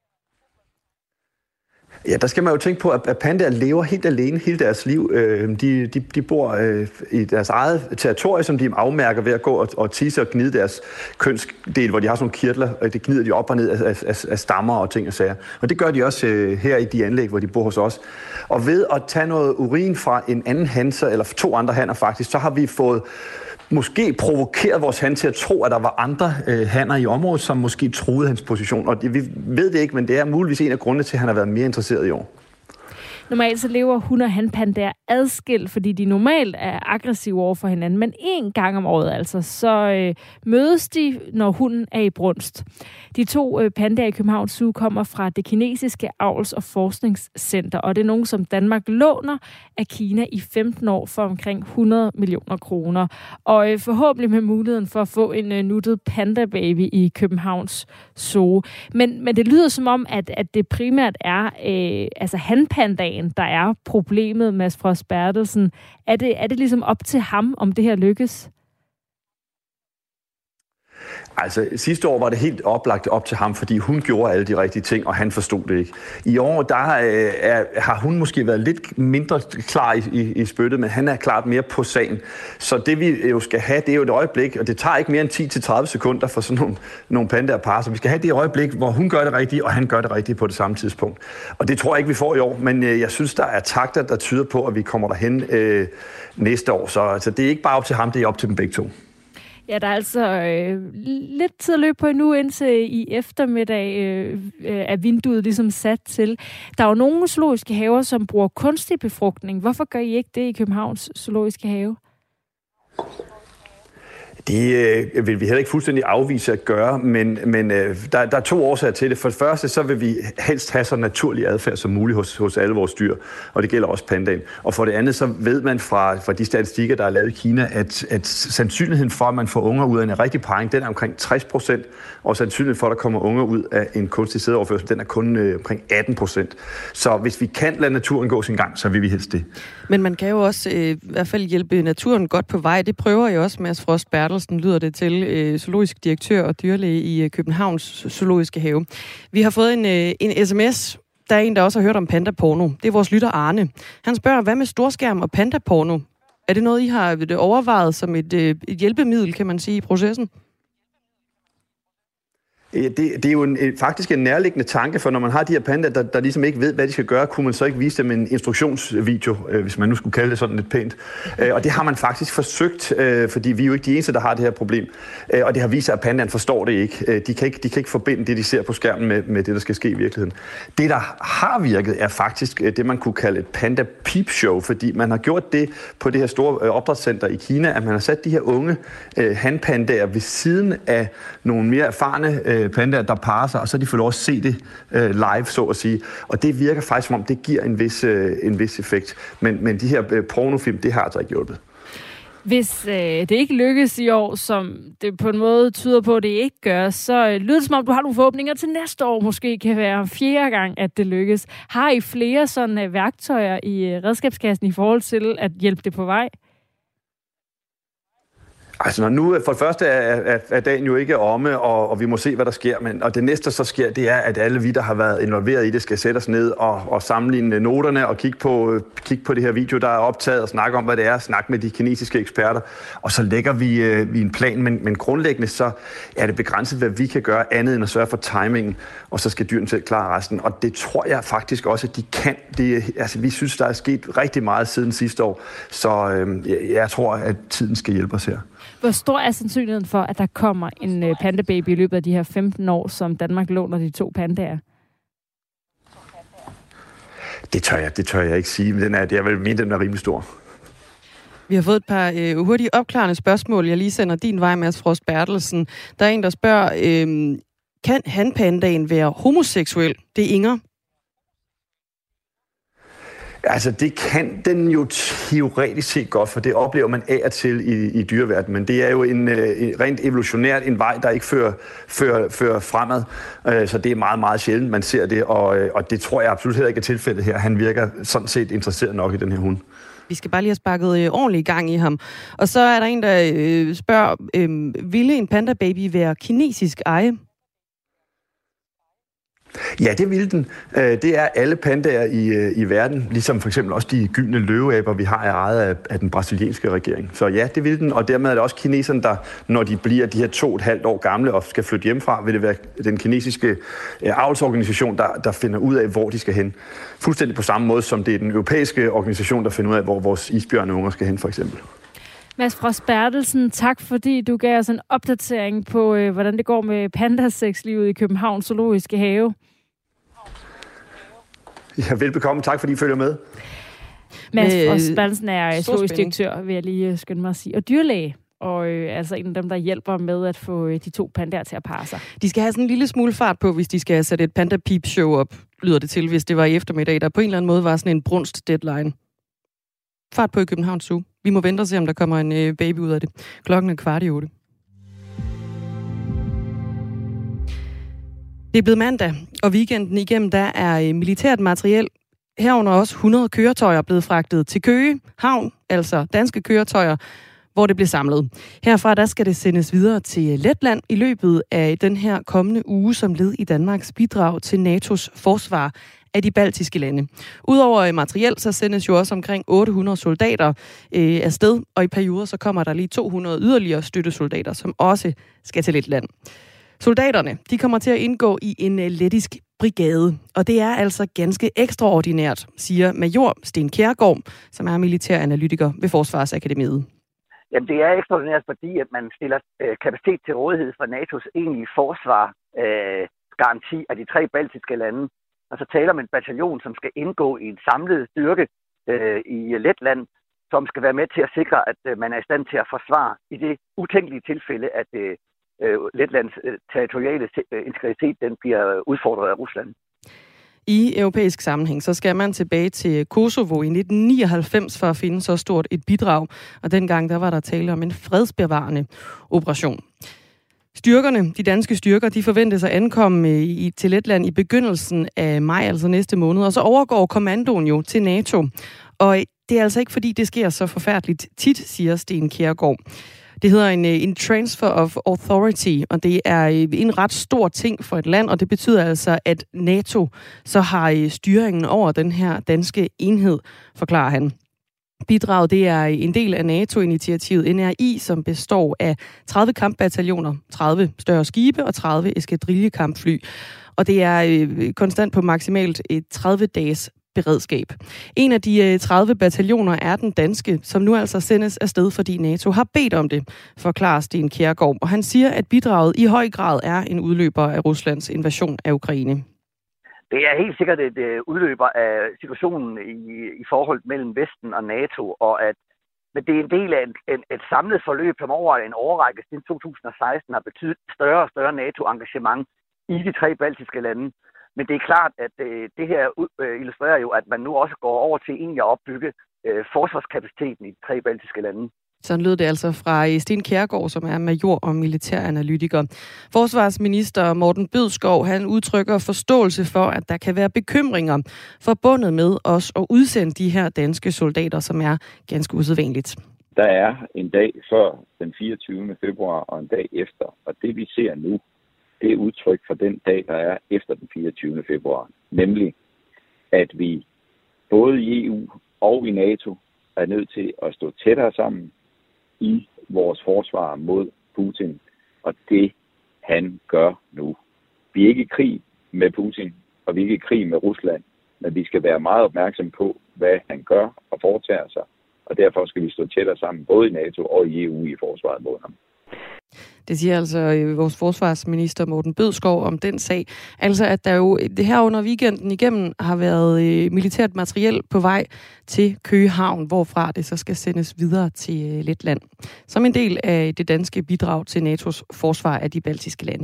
Ja, der skal man jo tænke på, at pandaer lever helt alene hele deres liv. De bor i deres eget territorie, som de afmærker ved at gå og tisse og gnide deres kønsdel, hvor de har sådan nogle kirtler, og det gnider de op og ned af stammer og ting og sager. Og det gør de også her i de anlæg, hvor de bor hos os. Og ved at tage noget urin fra en anden hanser, eller 2 andre hanner faktisk, så har vi fået måske provokeret vores han til at tro, at der var andre hanner i området, som måske troede hans position. Og vi ved det ikke, men det er muligvis en af grundene til, at han har været mere interesseret i år. Normalt så lever hun og hanpandaer adskilt, fordi de normalt er aggressive over for hinanden, men en gang om året altså, så mødes de, når hunden er i brunst. De to pandaer i Københavns Zoo kommer fra det kinesiske avls- og forskningscenter, og det er nogen, som Danmark låner af Kina i 15 år for omkring 100 millioner kroner. Og forhåbentlig med muligheden for at få en nuttet panda-baby i Københavns Zoo. Men det lyder som om, at det primært er altså hanpandaen, der er problemet, Mads Frost Bertelsen. Er det ligesom op til ham, om det her lykkes? Altså, sidste år var det helt oplagt op til ham, fordi hun gjorde alle de rigtige ting, og han forstod det ikke. I år, der har hun måske været lidt mindre klar i spyttet, men han er klart mere på sagen. Så det vi jo skal have, det er jo et øjeblik, og det tager ikke mere end 10-30 sekunder for sådan nogle pandaer par. Så vi skal have det øjeblik, hvor hun gør det rigtige, og han gør det rigtige på det samme tidspunkt. Og det tror jeg ikke, vi får i år, men jeg synes, der er takter, der tyder på, at vi kommer derhen næste år. Så altså, det er ikke bare op til ham, det er op til dem begge to. Ja, der er altså lidt tid at løbe på endnu, indtil i eftermiddag er vinduet ligesom sat til. Der er jo nogle zoologiske haver, som bruger kunstig befrugtning. Hvorfor gør I ikke det i Københavns Zoologiske Have? Det vil vi heller ikke fuldstændig afvise at gøre, men der er to årsager til det. For det første, så vil vi helst have så naturlig adfærd som muligt hos alle vores dyr, og det gælder også pandaen. Og for det andet, så ved man fra de statistikker, der er lavet i Kina, at sandsynligheden for, at man får unger ud af en rigtig parring, den er omkring 60%, og sandsynligheden for, at der kommer unger ud af en kunstig sædeoverførsel, den er kun omkring 18%. Så hvis vi kan lade naturen gå sin gang, så vil vi helst det. Men man kan jo også i hvert fald hjælpe naturen godt på vej. Det prøver jo også Mads Frost Bertelsen, lyder det til, zoologisk direktør og dyrlæge i Københavns Zoologiske Have. Vi har fået en sms. Der er en, der også har hørt om pandaporno. Det er vores lytter Arne. Han spørger, hvad med storskærm og pandaporno? Er det noget, I har overvejet som et hjælpemiddel, kan man sige, i processen? Det er jo faktisk en nærliggende tanke, for når man har de her pandaer, der ligesom ikke ved, hvad de skal gøre, kunne man så ikke vise dem en instruktionsvideo, hvis man nu skulle kalde det sådan lidt pænt. Og det har man faktisk forsøgt, fordi vi er jo ikke de eneste, der har det her problem. Og det har vist sig, at pandaen forstår det ikke. De kan ikke forbinde det, de ser på skærmen med det, der skal ske i virkeligheden. Det, der har virket, er faktisk det, man kunne kalde et panda-peep-show, fordi man har gjort det på det her store opdrætscenter i Kina, at man har sat de her unge hanpandaer ved siden af nogle mere erfarne pandaer, der parer sig, og så de får lov at se det live, så at sige. Og det virker faktisk, som om det giver en vis effekt. Men de her pornofilm, det har altså ikke hjulpet. Hvis det ikke lykkes i år, som det på en måde tyder på, at det ikke gør, så lyder det som om, du har nogle forhåbninger til næste år måske kan være 4. gang, at det lykkes. Har I flere sådan værktøjer i redskabskassen i forhold til at hjælpe det på vej? Altså nu for det første er dagen jo ikke omme, og vi må se, hvad der sker. Og det næste, så sker, det er, at alle vi, der har været involveret i det, skal sætte os ned og sammenligne noterne og kigge på det her video, der er optaget, og snakke om, hvad det er, snakke med de kinesiske eksperter. Og så lægger vi en plan, men grundlæggende så er det begrænset, hvad vi kan gøre andet end at sørge for timingen, og så skal dyrene selv klare resten. Og det tror jeg faktisk også, at de kan. Vi synes, der er sket rigtig meget siden sidste år, så jeg tror, at tiden skal hjælpe os her. Hvor stor er sandsynligheden for, at der kommer en pandababy i løbet af de her 15 år, som Danmark låner de 2 pandaer? Det tør jeg ikke sige, men jeg vil mene, den er rimelig stor. Vi har fået et par hurtige opklarende spørgsmål. Jeg lige sender din vej, Mads Frost Bertelsen. Der er en, der spørger, kan hanpandaen være homoseksuel? Det er Inger. Altså, det kan den jo teoretisk set godt, for det oplever man af og til i dyreverdenen. Men det er jo en rent evolutionært en vej, der ikke fører fremad. Så det er meget, meget sjældent, man ser det, og det tror jeg absolut heller ikke er tilfældet her. Han virker sådan set interesseret nok i den her hund. Vi skal bare lige have sparket ordentligt i gang i ham. Og så er der en, der spørger, ville en panda-baby være kinesisk eje? Ja, det vil den. Det er alle pandaer i verden, ligesom for eksempel også de gyldne løveaber, vi har ejet af den brasilianske regering. Så ja, det vil den, og dermed er det også kineserne, der, når de bliver de her 2,5 år gamle og skal flytte hjemmefra, vil det være den kinesiske avlsorganisation, der finder ud af, hvor de skal hen. Fuldstændig på samme måde, som det er den europæiske organisation, der finder ud af, hvor vores isbjørneunger skal hen, for eksempel. Mads Frost Bertelsen, tak fordi du gav os en opdatering på, hvordan det går med pandasexlivet i Københavns Zoologiske Have. Ja, velbekomme. Tak fordi I følger med. Mads Frost Bertelsen er zoologisk direktør, vil jeg lige skynde mig at sige, og dyrlæge. Og altså en af dem, der hjælper med at få de 2 pandaer til at parre sig. De skal have sådan en lille smule fart på, hvis de skal sætte et panda-peep-show op, lyder det til, hvis det var i eftermiddag, der på en eller anden måde var sådan en brunst deadline. Fart på i Københavns Zoo. Vi må vente og se, om der kommer en baby ud af det. Klokken er 7:15. Det er blevet mandag, og weekenden igennem, der er militært materiel, herunder også 100 køretøjer blevet fragtet til Køge Havn, altså danske køretøjer, hvor det blev samlet. Herfra der skal det sendes videre til Letland i løbet af den her kommende uge, som led i Danmarks bidrag til NATO's forsvar af de baltiske lande. Udover materiel, så sendes jo også omkring 800 soldater afsted, og i perioder så kommer der lige 200 yderligere støttesoldater, som også skal til Letland. Soldaterne, de kommer til at indgå i en lettisk brigade, og det er altså ganske ekstraordinært, siger major Sten Kjærgaard, som er militæranalytiker ved Forsvarsakademiet. Jamen, det er ekstraordinært, fordi at man stiller kapacitet til rådighed for NATO's egentlige forsvarsgaranti af de 3 baltiske lande. Og så taler man en bataljon, som skal indgå i en samlet styrke i Letland, som skal være med til at sikre, at man er i stand til at forsvare i det utænkelige tilfælde, at Letlands territoriale integritet den bliver udfordret af Rusland. I europæisk sammenhæng, så skal man tilbage til Kosovo i 1999 for at finde så stort et bidrag. Og dengang der var der tale om en fredsbevarende operation. Styrkerne, de danske styrker, de forventes at ankomme til Letland i begyndelsen af maj, altså næste måned. Og så overgår kommandoen jo til NATO. Og det er altså ikke, fordi det sker så forfærdeligt tit, siger Sten Kjærgaard. Det hedder en transfer of authority, og det er en ret stor ting for et land, og det betyder altså, at NATO så har styringen over den her danske enhed, forklarer han. Bidraget det er en del af NATO-initiativet NRI, som består af 30 kampbataljoner, 30 større skibe og 30 eskadrillekampfly. Og det er konstant på maksimalt 30 dages beredskab. En af de 30 bataljoner er den danske, som nu altså sendes afsted, fordi NATO har bedt om det, forklarer Sten Kjærgaard. Og han siger, at bidraget i høj grad er en udløber af Ruslands invasion af Ukraine. Det er helt sikkert et udløber af situationen i forhold mellem Vesten og NATO, men det er en del af et samlet forløb, som over en årrække siden 2016 har betydet større og større NATO-engagement i de 3 baltiske lande. Men det er klart, at det her illustrerer jo, at man nu også går over til egentlig at opbygge forsvarskapaciteten i de 3 baltiske lande. Sådan lød det altså fra Sten Kjærgaard, som er major og militæranalytiker. Forsvarsminister Morten Bødskov, han udtrykker forståelse for, at der kan være bekymringer forbundet med os at udsende de her danske soldater, som er ganske usædvanligt. Der er en dag før den 24. februar og en dag efter, og det vi ser nu, det er udtryk for den dag, der er efter den 24. februar. Nemlig, at vi både i EU og i NATO er nødt til at stå tættere sammen i vores forsvar mod Putin. Og det, han gør nu. Vi er ikke i krig med Putin, og vi er ikke i krig med Rusland. Men vi skal være meget opmærksom på, hvad han gør og foretager sig. Og derfor skal vi stå tættere sammen, både i NATO og i EU i forsvaret mod ham. Det siger altså vores forsvarsminister Morten Bødskov om den sag. Altså, at der jo det her under weekenden igennem har været militært materiel på vej til Køge Havn, hvorfra det så skal sendes videre til Letland. Som en del af det danske bidrag til NATO's forsvar af de baltiske lande.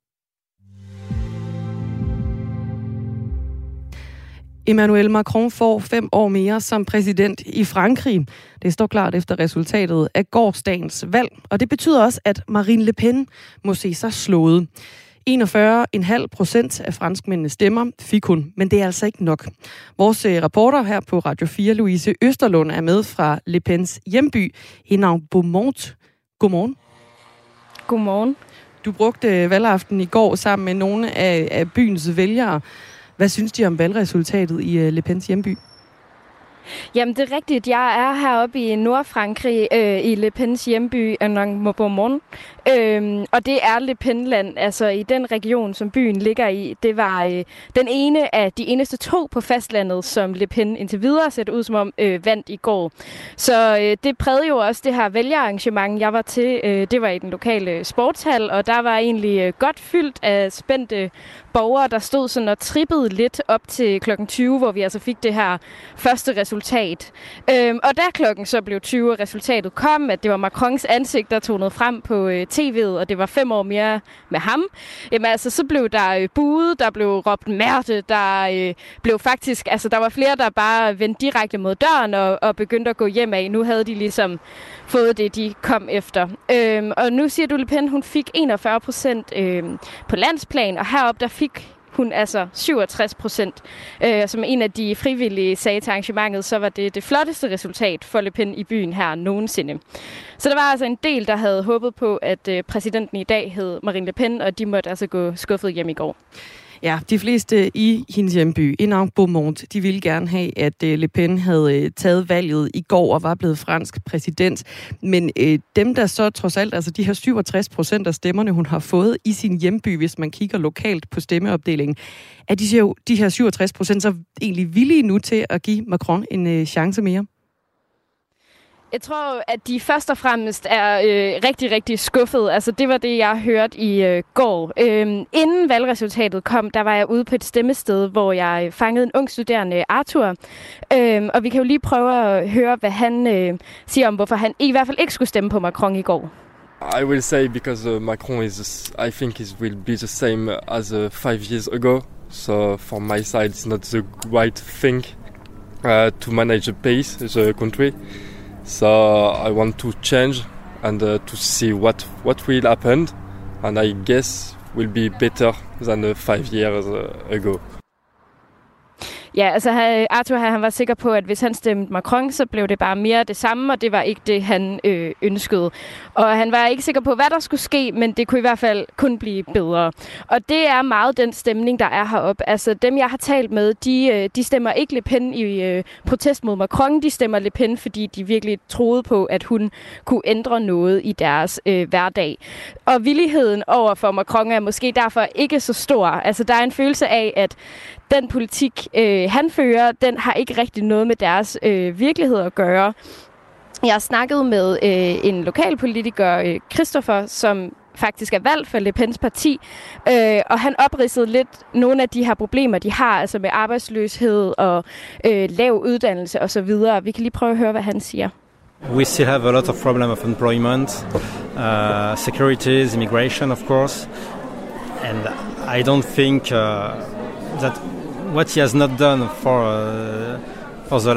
Emmanuel Macron får 5 år mere som præsident i Frankrig. Det står klart efter resultatet af gårsdagens valg, og det betyder også, at Marine Le Pen må se sig slået. 41,5% af franskmændenes stemmer fik hun, men det er altså ikke nok. Vores reporter her på Radio 4, Louise Østerlund, er med fra Le Pens hjemby, Hénin-Beaumont. Godmorgen. Godmorgen. Du brugte valgaften i går sammen med nogle af byens vælgere. Hvad synes de om valgresultatet i Le Pens hjemby? Jamen, det er rigtigt. Jeg er heroppe i Nordfrankrig, i Le Pens hjemby, Hénin-Beaumont. Og det er Le Pen-land, altså i den region, som byen ligger i. Det var den ene af de eneste 2 på fastlandet, som Le Pen indtil videre ser ud som om vandt i går. Så det prægede jo også det her vælgerarrangement, jeg var til. Det var i den lokale sportshal, og der var egentlig godt fyldt af spændte borgere, der stod sådan og trippede lidt op til klokken 20, hvor vi altså fik det her første resultat. Og da klokken så blev 20, og resultatet kom, at det var Macrons ansigt, der tonede frem på tv'et, og det var 5 år mere med ham, jamen altså, så blev der buet, der blev råbt mærte, der blev faktisk, altså der var flere, der bare vendte direkte mod døren og begyndte at gå hjem af. Nu havde de ligesom fået det, de kom efter. Og nu siger du, Le Pen, hun fik 41% på landsplan, og heroppe der fik hun altså 67%. Som en af de frivillige sagde til arrangementet, så var det flotteste resultat for Le Pen i byen her nogensinde. Så der var altså en del, der havde håbet på, at præsidenten i dag hed Marine Le Pen, og de måtte altså gå skuffet hjem i går. Ja, de fleste i hendes hjemby, i Beaumont, de ville gerne have, at Le Pen havde taget valget i går og var blevet fransk præsident. Men dem, der så trods alt, altså de her 67% af stemmerne, hun har fået i sin hjemby, hvis man kigger lokalt på stemmeopdelingen, er de her 67% så egentlig villige nu til at give Macron en chance mere? Jeg tror, at de først og fremmest er rigtig, rigtig skuffet. Altså, det var det, jeg hørte i går. Inden valgresultatet kom, der var jeg ude på et stemmested, hvor jeg fangede en ung studerende, Arthur. Og vi kan jo lige prøve at høre, hvad han siger om, hvorfor han i hvert fald ikke skulle stemme på Macron i går. I will say because Macron I think will be the same as 5 years ago. So from my side, it's not the right thing to manage the pace, the country. So I want to change and to see what will happen, and I guess will be better than 5 years ago. Ja, altså Arthur han var sikker på, at hvis han stemte Macron, så blev det bare mere det samme, og det var ikke det, han ønskede. Og han var ikke sikker på, hvad der skulle ske, men det kunne i hvert fald kun blive bedre. Og det er meget den stemning, der er heroppe. Altså dem, jeg har talt med, de stemmer ikke Le Pen i protest mod Macron. De stemmer Le Pen, fordi de virkelig troede på, at hun kunne ændre noget i deres hverdag. Og villigheden over for Macron er måske derfor ikke så stor. Altså der er en følelse af, at den politik, han fører, den har ikke rigtig noget med deres virkelighed at gøre. Jeg har snakket med en lokalpolitiker, Christopher, som faktisk er valgt for Le Pens parti, og han opridsede lidt nogle af de her problemer, de har, altså med arbejdsløshed og lav uddannelse osv. Vi kan lige prøve at høre, hvad han siger. We still have a lot of problem of employment, securities, immigration, of course, and I don't think that what he has not done for the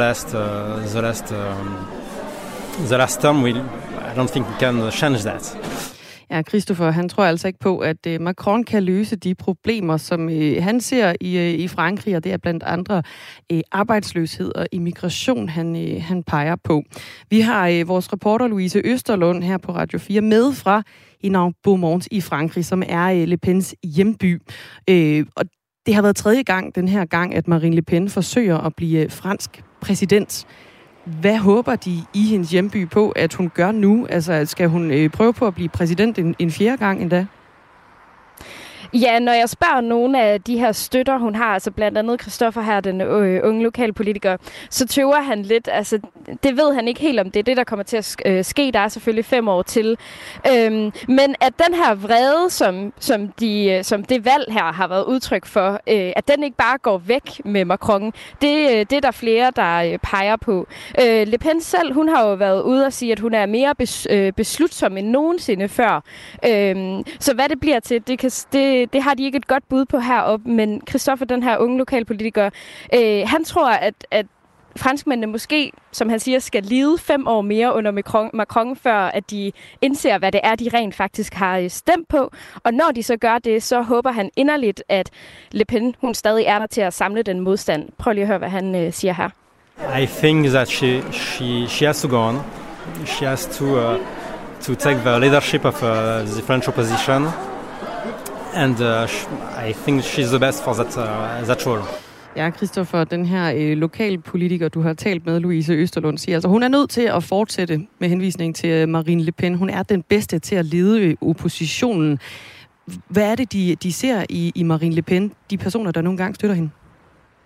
last term, I don't think we can change that. Ja, Christopher, han tror altså ikke på, at Macron kan løse de problemer, som han ser i Frankrig, og det er blandt andre arbejdsløshed og immigration, han peger på. Vi har vores reporter Louise Østerlund her på Radio 4 med fra Beaumont i Frankrig, som er Le Pens hjemby. Og det har været tredje gang den her gang, at Marine Le Pen forsøger at blive fransk præsident. Hvad håber de i hendes hjemby på, at hun gør nu? Altså, skal hun prøve på at blive præsident en fjerde gang endda? Ja, når jeg spørger nogle af de her støtter, hun har, altså blandt andet Christoffer her, den unge lokalpolitiker, så tøver han lidt. Altså, det ved han ikke helt om. Det er det, der kommer til at ske. Der er selvfølgelig 5 år til. Men at den her vrede, som det valg her har været udtryk for, at den ikke bare går væk med Macron, det er der flere, der peger på. Le Pen selv, hun har jo været ude og sige, at hun er mere beslutsom end nogensinde før. Så hvad det bliver til, det har de ikke et godt bud på heroppe, men Christoffer, den her unge lokalpolitiker, han tror, at franskmændene måske, som han siger, skal lide 5 år mere under Macron, før at de indser, hvad det er, de rent faktisk har stemt på. Og når de så gør det, så håber han inderligt, at Le Pen, hun stadig er der til at samle den modstand. Prøv lige at høre, hvad han siger her. I think that she has to go on. She has to take the leadership of the French opposition. And I think she's the best for that role. Ja, Christoffer, den her lokalpolitiker, du har talt med, Louise Østerlund, siger, altså hun er nødt til at fortsætte med henvisning til Marine Le Pen. Hun er den bedste til at lede oppositionen. Hvad er det, de ser i Marine Le Pen, de personer, der nogle gange støtter hende?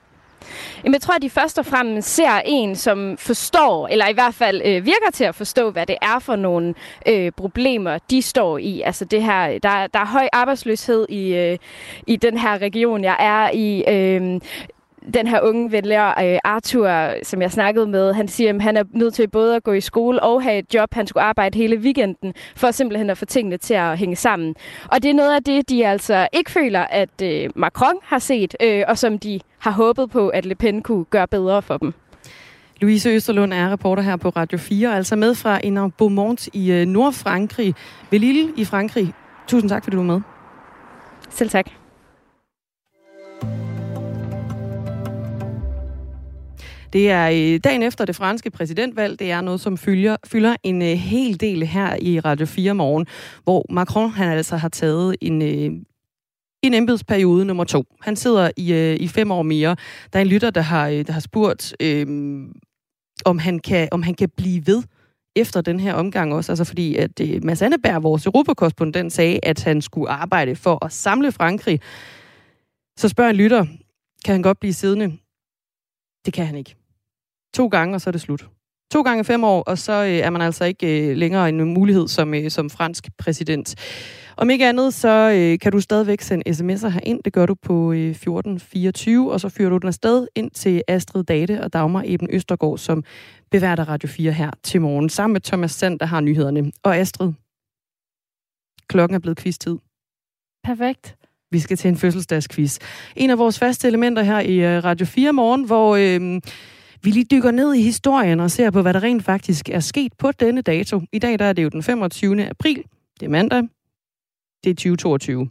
Jamen, jeg tror, at de først og fremmest ser en, som forstår, eller i hvert fald virker til at forstå, hvad det er for nogle problemer, de står i. Altså det her, der er høj arbejdsløshed i den her region, jeg er i. Den her unge vælger, Arthur, som jeg snakkede med, han siger, at han er nødt til både at gå i skole og have et job. Han skulle arbejde hele weekenden, for simpelthen at få tingene til at hænge sammen. Og det er noget af det, de altså ikke føler, at Macron har set, og som de har håbet på, at Le Pen kunne gøre bedre for dem. Louise Østerlund er reporter her på Radio 4, altså med fra Beaumont i Nordfrankrig, ved Lille i Frankrig. Tusind tak, fordi du var med. Selv tak. Det er dagen efter det franske præsidentvalg. Det er noget, som fylder en hel del her i Radio 4 morgen, hvor Macron han altså har taget en embedsperiode nummer 2. Han sidder i 5 år mere. Der er en lytter, der har spurgt, om han kan blive ved efter den her omgang også. Altså fordi, at Mads Anneberg, vores europakorrespondent, sagde, at han skulle arbejde for at samle Frankrig. Så spørger en lytter, kan han godt blive siddende? Det kan han ikke. 2 gange, og så er det slut. 2 gange 5 år, og så er man altså ikke længere en mulighed som fransk præsident. Om ikke andet, så kan du stadigvæk sende sms'er herind. Det gør du på 1424, og så fyrer du den afsted ind til Astrid Date og Dagmar Eben Østergaard, som beværter Radio 4 her til morgen, sammen med Thomas Sand, der har nyhederne. Og Astrid, klokken er blevet quiz-tid. Perfekt. Vi skal til en fødselsdagsquiz. En af vores faste elementer her i Radio 4 morgen, hvor vi lige dykker ned i historien og ser på, hvad der rent faktisk er sket på denne dato. I dag der er det jo den 25. april. Det er mandag. Det er 2022.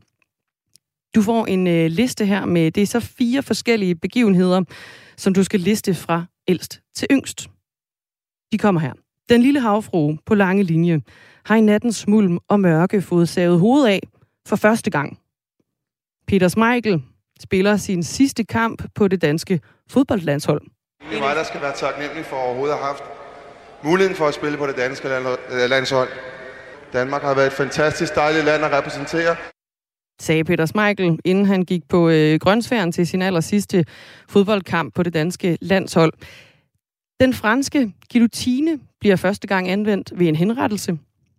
Du får en liste her med, det er så 4 forskellige begivenheder, som du skal liste fra ældst til yngst. De kommer her. Den lille havfrue på lange linje har i nattens mulm og mørke fået savet hovedet af for første gang. Peter Schmeichel spiller sin sidste kamp på det danske fodboldlandshold. Det er mig, der skal være taknemmelig for at overhovedet have haft muligheden for at spille på det danske landshold. Danmark har været et fantastisk dejligt land at repræsentere. Sagde Peter Schmeichel, inden han gik på Grønsværen til sin aller sidste fodboldkamp på det danske landshold. Den franske guillotine bliver første gang anvendt ved en henrettelse.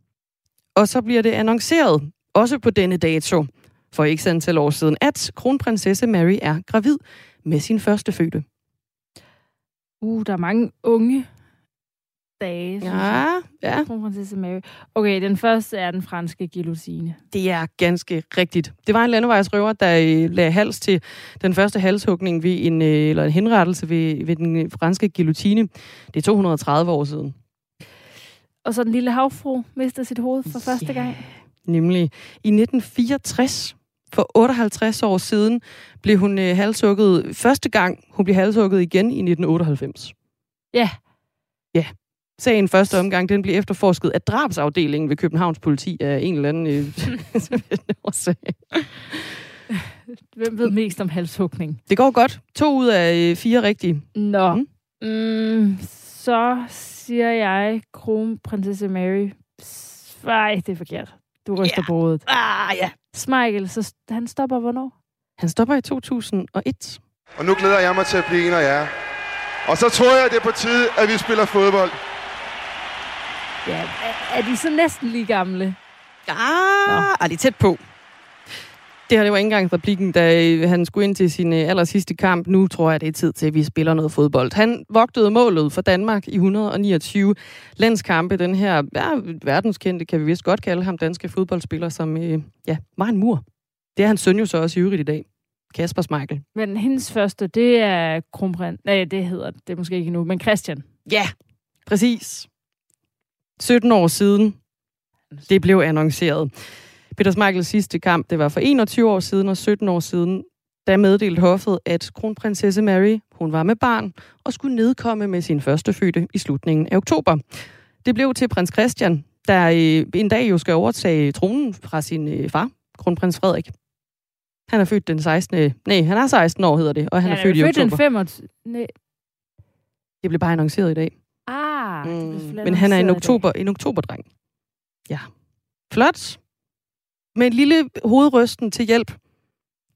Og så bliver det annonceret, også på denne dato, for ikke så antal år siden, at kronprinsesse Mary er gravid med sin førstefødte. Der er mange unge dage. Ja. Kronprinsesse Mary. Okay, den første er den franske guillotine. Det er ganske rigtigt. Det var en landevejsrøver, der lagde hals til den første halshugning ved en henrettelse ved den franske guillotine. Det er 230 år siden. Og så den lille havfru mistede sit hoved for første gang. Nemlig i 1964. For 58 år siden blev hun halshugget. Første gang, hun blev halshugget igen i 1998. Ja. Ja. Sagen første omgang, den blev efterforsket af drabsafdelingen ved Københavns politi af en eller anden årsag. Hvem ved mest om halshugning? Det går godt. 2 ud af 4 rigtige. Nå. Så siger jeg kronprinsesse Mary. Nej, det er forkert. Du ryster på hovedet. Ja. Schmeichel, så han stopper hvornår? Han stopper i 2001. Og nu glæder jeg mig til at blive en af jer. Og så tror jeg, det er på tide, at vi spiller fodbold. Ja, er de så næsten lige gamle? Er de tæt på? Det var ikke engang replikken, da han skulle ind til sin aller sidste kamp. Nu tror jeg, det er tid til, at vi spiller noget fodbold. Han vogtede målet for Danmark i 129 landskampe. Den her verdenskendte, kan vi vist godt kalde ham, danske fodboldspiller, som var en mur. Det er hans søn jo så også i øvrigt i dag. Kasper Schmeichel. Men hendes første, det er kronprins. Nej, det hedder det måske ikke nu, men Christian. Ja, præcis. 17 år siden, det blev annonceret. Peter Schmeichels sidste kamp, det var for 21 år siden og 17 år siden, da meddelte hoffet, at kronprinsesse Mary, hun var med barn og skulle nedkomme med sin førstefødte i slutningen af oktober. Det blev til prins Christian, der en dag jo skal overtage tronen fra sin far, kronprins Frederik. Han er født den 16. Nej, han er 16 år, hedder det, og han er født i oktober. Den 25. Nej. Det blev bare annonceret i dag. Men han er en oktoberdreng. Ja. Flot. Med en lille hovedrysten til hjælp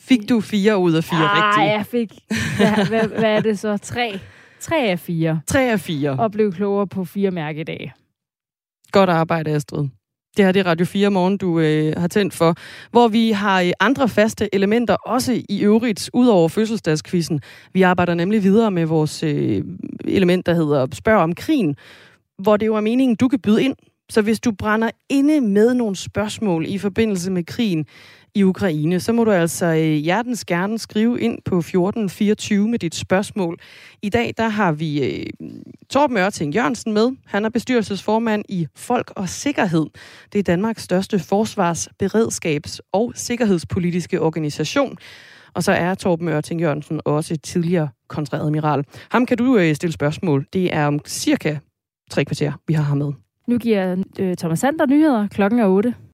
Fik du 4 ud af 4 rigtige? Nej, jeg fik... Hvad er det så? 3 af 4. 3 af 4. Og blev klogere på 4 mærkedage. Godt arbejde, Astrid. Det her det er Radio 4 Morgen, du har tændt for, hvor vi har andre faste elementer, også i øvrigt, ud over fødselsdagskvizzen. Vi arbejder nemlig videre med vores element, der hedder Spørg om krigen, hvor det jo er meningen, du kan byde ind. Så hvis du brænder inde med nogle spørgsmål i forbindelse med krigen i Ukraine, så må du altså hjertens gerne skrive ind på 1424 med dit spørgsmål. I dag der har vi Torben Ørting Jørgensen med. Han er bestyrelsesformand i Folk og Sikkerhed. Det er Danmarks største forsvars-, beredskabs- og sikkerhedspolitiske organisation. Og så er Torben Ørting Jørgensen også tidligere kontreadmiral. Ham kan du stille spørgsmål. Det er om cirka 3 kvarter, vi har ham med. Nu giver Thomas Sander nyheder. Klokken er 8.